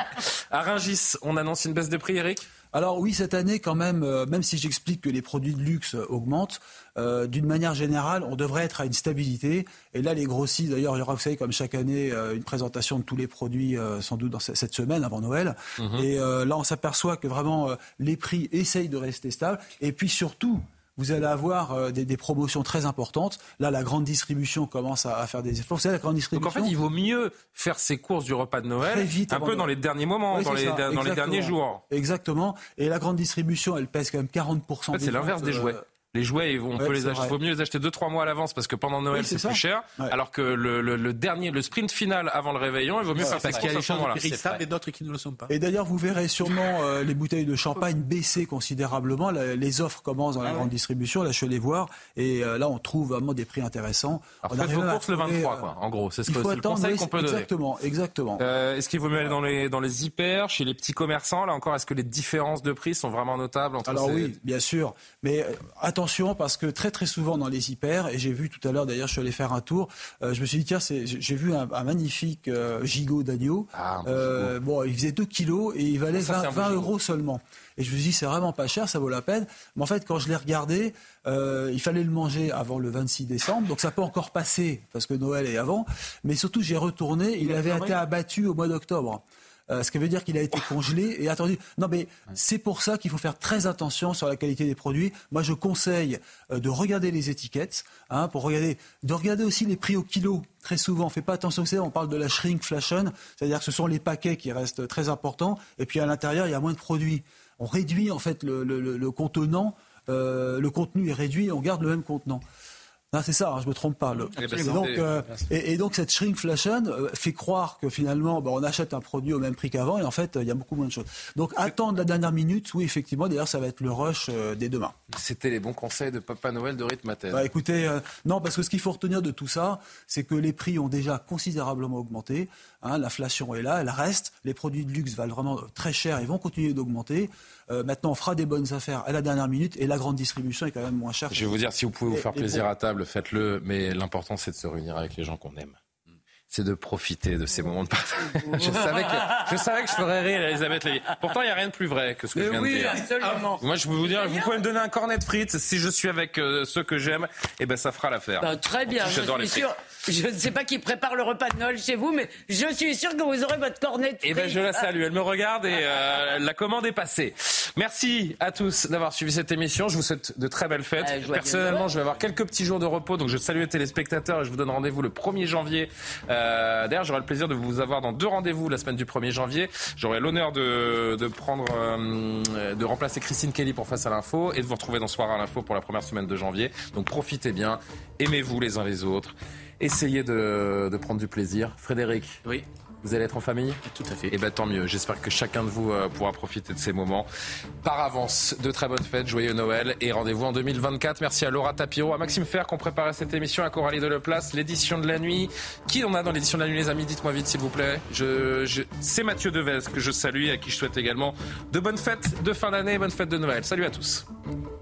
B: À Rungis, on annonce une baisse de prix, Eric?
J: Alors oui, cette année quand même, euh, même si j'explique que les produits de luxe augmentent, euh, d'une manière générale, on devrait être à une stabilité. Et là, les grossistes, d'ailleurs, il y aura, vous savez, comme chaque année, euh, une présentation de tous les produits, euh, sans doute dans cette semaine, avant Noël. Mmh. Et euh, là, on s'aperçoit que vraiment, euh, les prix essayent de rester stables. Et puis surtout, vous allez avoir euh, des, des promotions très importantes. Là, la grande distribution commence à, à faire des efforts. Vous savez, la grande distribution...
B: Donc en fait, il vaut mieux faire ses courses du repas de Noël très vite un peu dans les derniers moments, oui, dans, les, dans les derniers jours.
J: Exactement. Et la grande distribution, elle pèse quand même quarante pour cent.
B: En fait, c'est l'inverse des jouets. Euh, Les jouets, on ouais, peut les acheter. Il vaut mieux les acheter deux trois mois à l'avance parce que pendant Noël, oui, c'est, c'est plus cher. Ouais. Alors que le, le, le dernier, le sprint final avant le réveillon, il vaut mieux ouais, faire
D: parce
B: ça
D: qu'il y a des
B: choses
D: périssables et d'autres qui ne le sont pas.
J: Et d'ailleurs, vous verrez sûrement euh, les bouteilles de champagne baisser considérablement. La, les offres commencent dans la ah grande ouais. distribution. Là, je suis allé voir et euh, là, on trouve vraiment des prix intéressants.
B: Alors, faites vos courses le vingt-trois,
J: euh,
B: quoi. En gros, c'est ce que c'est le conseil qu'on peut donner.
J: Exactement, exactement.
B: Euh, est-ce qu'il vaut mieux aller dans les dans les hyper, chez les petits commerçants? Là encore, est-ce que les différences de prix sont vraiment notables entre
J: Alors
B: ces...
J: oui, bien sûr, mais euh, attention parce que très très souvent dans les hyper, et j'ai vu tout à l'heure d'ailleurs, je suis allé faire un tour, euh, je me suis dit tiens, c'est, j'ai vu un, un magnifique euh, gigot d'agneau,
B: ah,
J: euh, bon il faisait deux kilos et il valait ça, vingt, vingt euros seulement. Et je me suis dit c'est vraiment pas cher, ça vaut la peine. Mais en fait quand je l'ai regardé, euh, il fallait le manger avant le vingt-six décembre, donc ça peut encore passer parce que Noël est avant, mais surtout j'ai retourné, il, il avait été abattu au mois d'octobre. Euh, ce qui veut dire qu'il a été congelé et attendu. Non, mais c'est pour ça qu'il faut faire très attention sur la qualité des produits. Moi, je conseille euh, de regarder les étiquettes, hein, pour regarder, de regarder aussi les prix au kilo. Très souvent, on fait pas attention. Vous savez, on parle de la shrinkflation, c'est-à-dire que ce sont les paquets qui restent très importants. Et puis à l'intérieur, il y a moins de produits. On réduit en fait le, le, le contenant, euh, le contenu est réduit, et on garde le même contenant. Non, c'est ça, hein, je me trompe pas. Le... Et, donc, euh, et, et donc cette shrinkflation euh, fait croire que finalement, bah, on achète un produit au même prix qu'avant, et en fait, il euh, y a beaucoup moins de choses. Donc c'est... attendre la dernière minute, oui, effectivement. D'ailleurs, ça va être le rush euh, dès demain.
B: C'était les bons conseils de Papa Noël de Rite Maten.
J: Bah, écoutez, euh, non, parce que ce qu'il faut retenir de tout ça, c'est que les prix ont déjà considérablement augmenté. Hein, l'inflation est là, elle reste. Les produits de luxe valent vraiment très cher et vont continuer d'augmenter. Euh, maintenant, on fera des bonnes affaires à la dernière minute et la grande distribution est quand même moins chère.
B: Je vais vous dire, si vous pouvez vous faire et, plaisir et pour... à table, faites-le. Mais l'important, c'est de se réunir avec les gens qu'on aime. c'est de profiter de ces moments de partage. je, savais que, je savais que je ferais rire Elisabeth Lévy. Pourtant, il n'y a rien de plus vrai que ce que
E: Mais
B: je viens
E: oui,
B: de dire.
E: Absolument.
B: Moi, je peux vous dire, vous pouvez me donner un cornet de frites. Si je suis avec euh, ceux que j'aime, eh ben, ça fera l'affaire.
E: Ben, très bien.
B: J'adore
E: je
B: les
E: suis
B: frites.
E: sûr, je ne sais pas qui prépare le repas de Noël chez vous, mais je suis sûr que vous aurez votre cornet de frites.
B: Eh ben, je la salue. Elle me regarde et euh, la commande est passée. Merci à tous d'avoir suivi cette émission. Je vous souhaite de très belles fêtes. Euh, Personnellement, je vais avoir quelques petits jours de repos, donc je salue les téléspectateurs et je vous donne rendez-vous le premier janvier. Euh, d'ailleurs, j'aurai le plaisir de vous avoir dans deux rendez-vous la semaine du premier janvier. J'aurai l'honneur de, de prendre, euh, de remplacer Christine Kelly pour Face à l'info et de vous retrouver dans Soir à l'info pour la première semaine de janvier. Donc profitez bien, aimez-vous les uns les autres, essayez de, de prendre du plaisir. Frédéric.
D: Oui.
B: Vous allez être en famille ?
D: Tout à fait.
B: Eh bien, tant mieux. J'espère que chacun de vous euh, pourra profiter de ces moments. Par avance, de très bonnes fêtes, joyeux Noël et rendez-vous en deux mille vingt-quatre. Merci à Laura Tapiro, à Maxime Fer qui ont préparé cette émission, à Coralie Deleplace, l'édition de la nuit. Qui on a dans l'édition de la nuit, les amis ? Dites-moi vite, s'il vous plaît. Je, je... C'est Mathieu Devez que je salue et à qui je souhaite également de bonnes fêtes de fin d'année et bonnes fêtes de Noël. Salut à tous.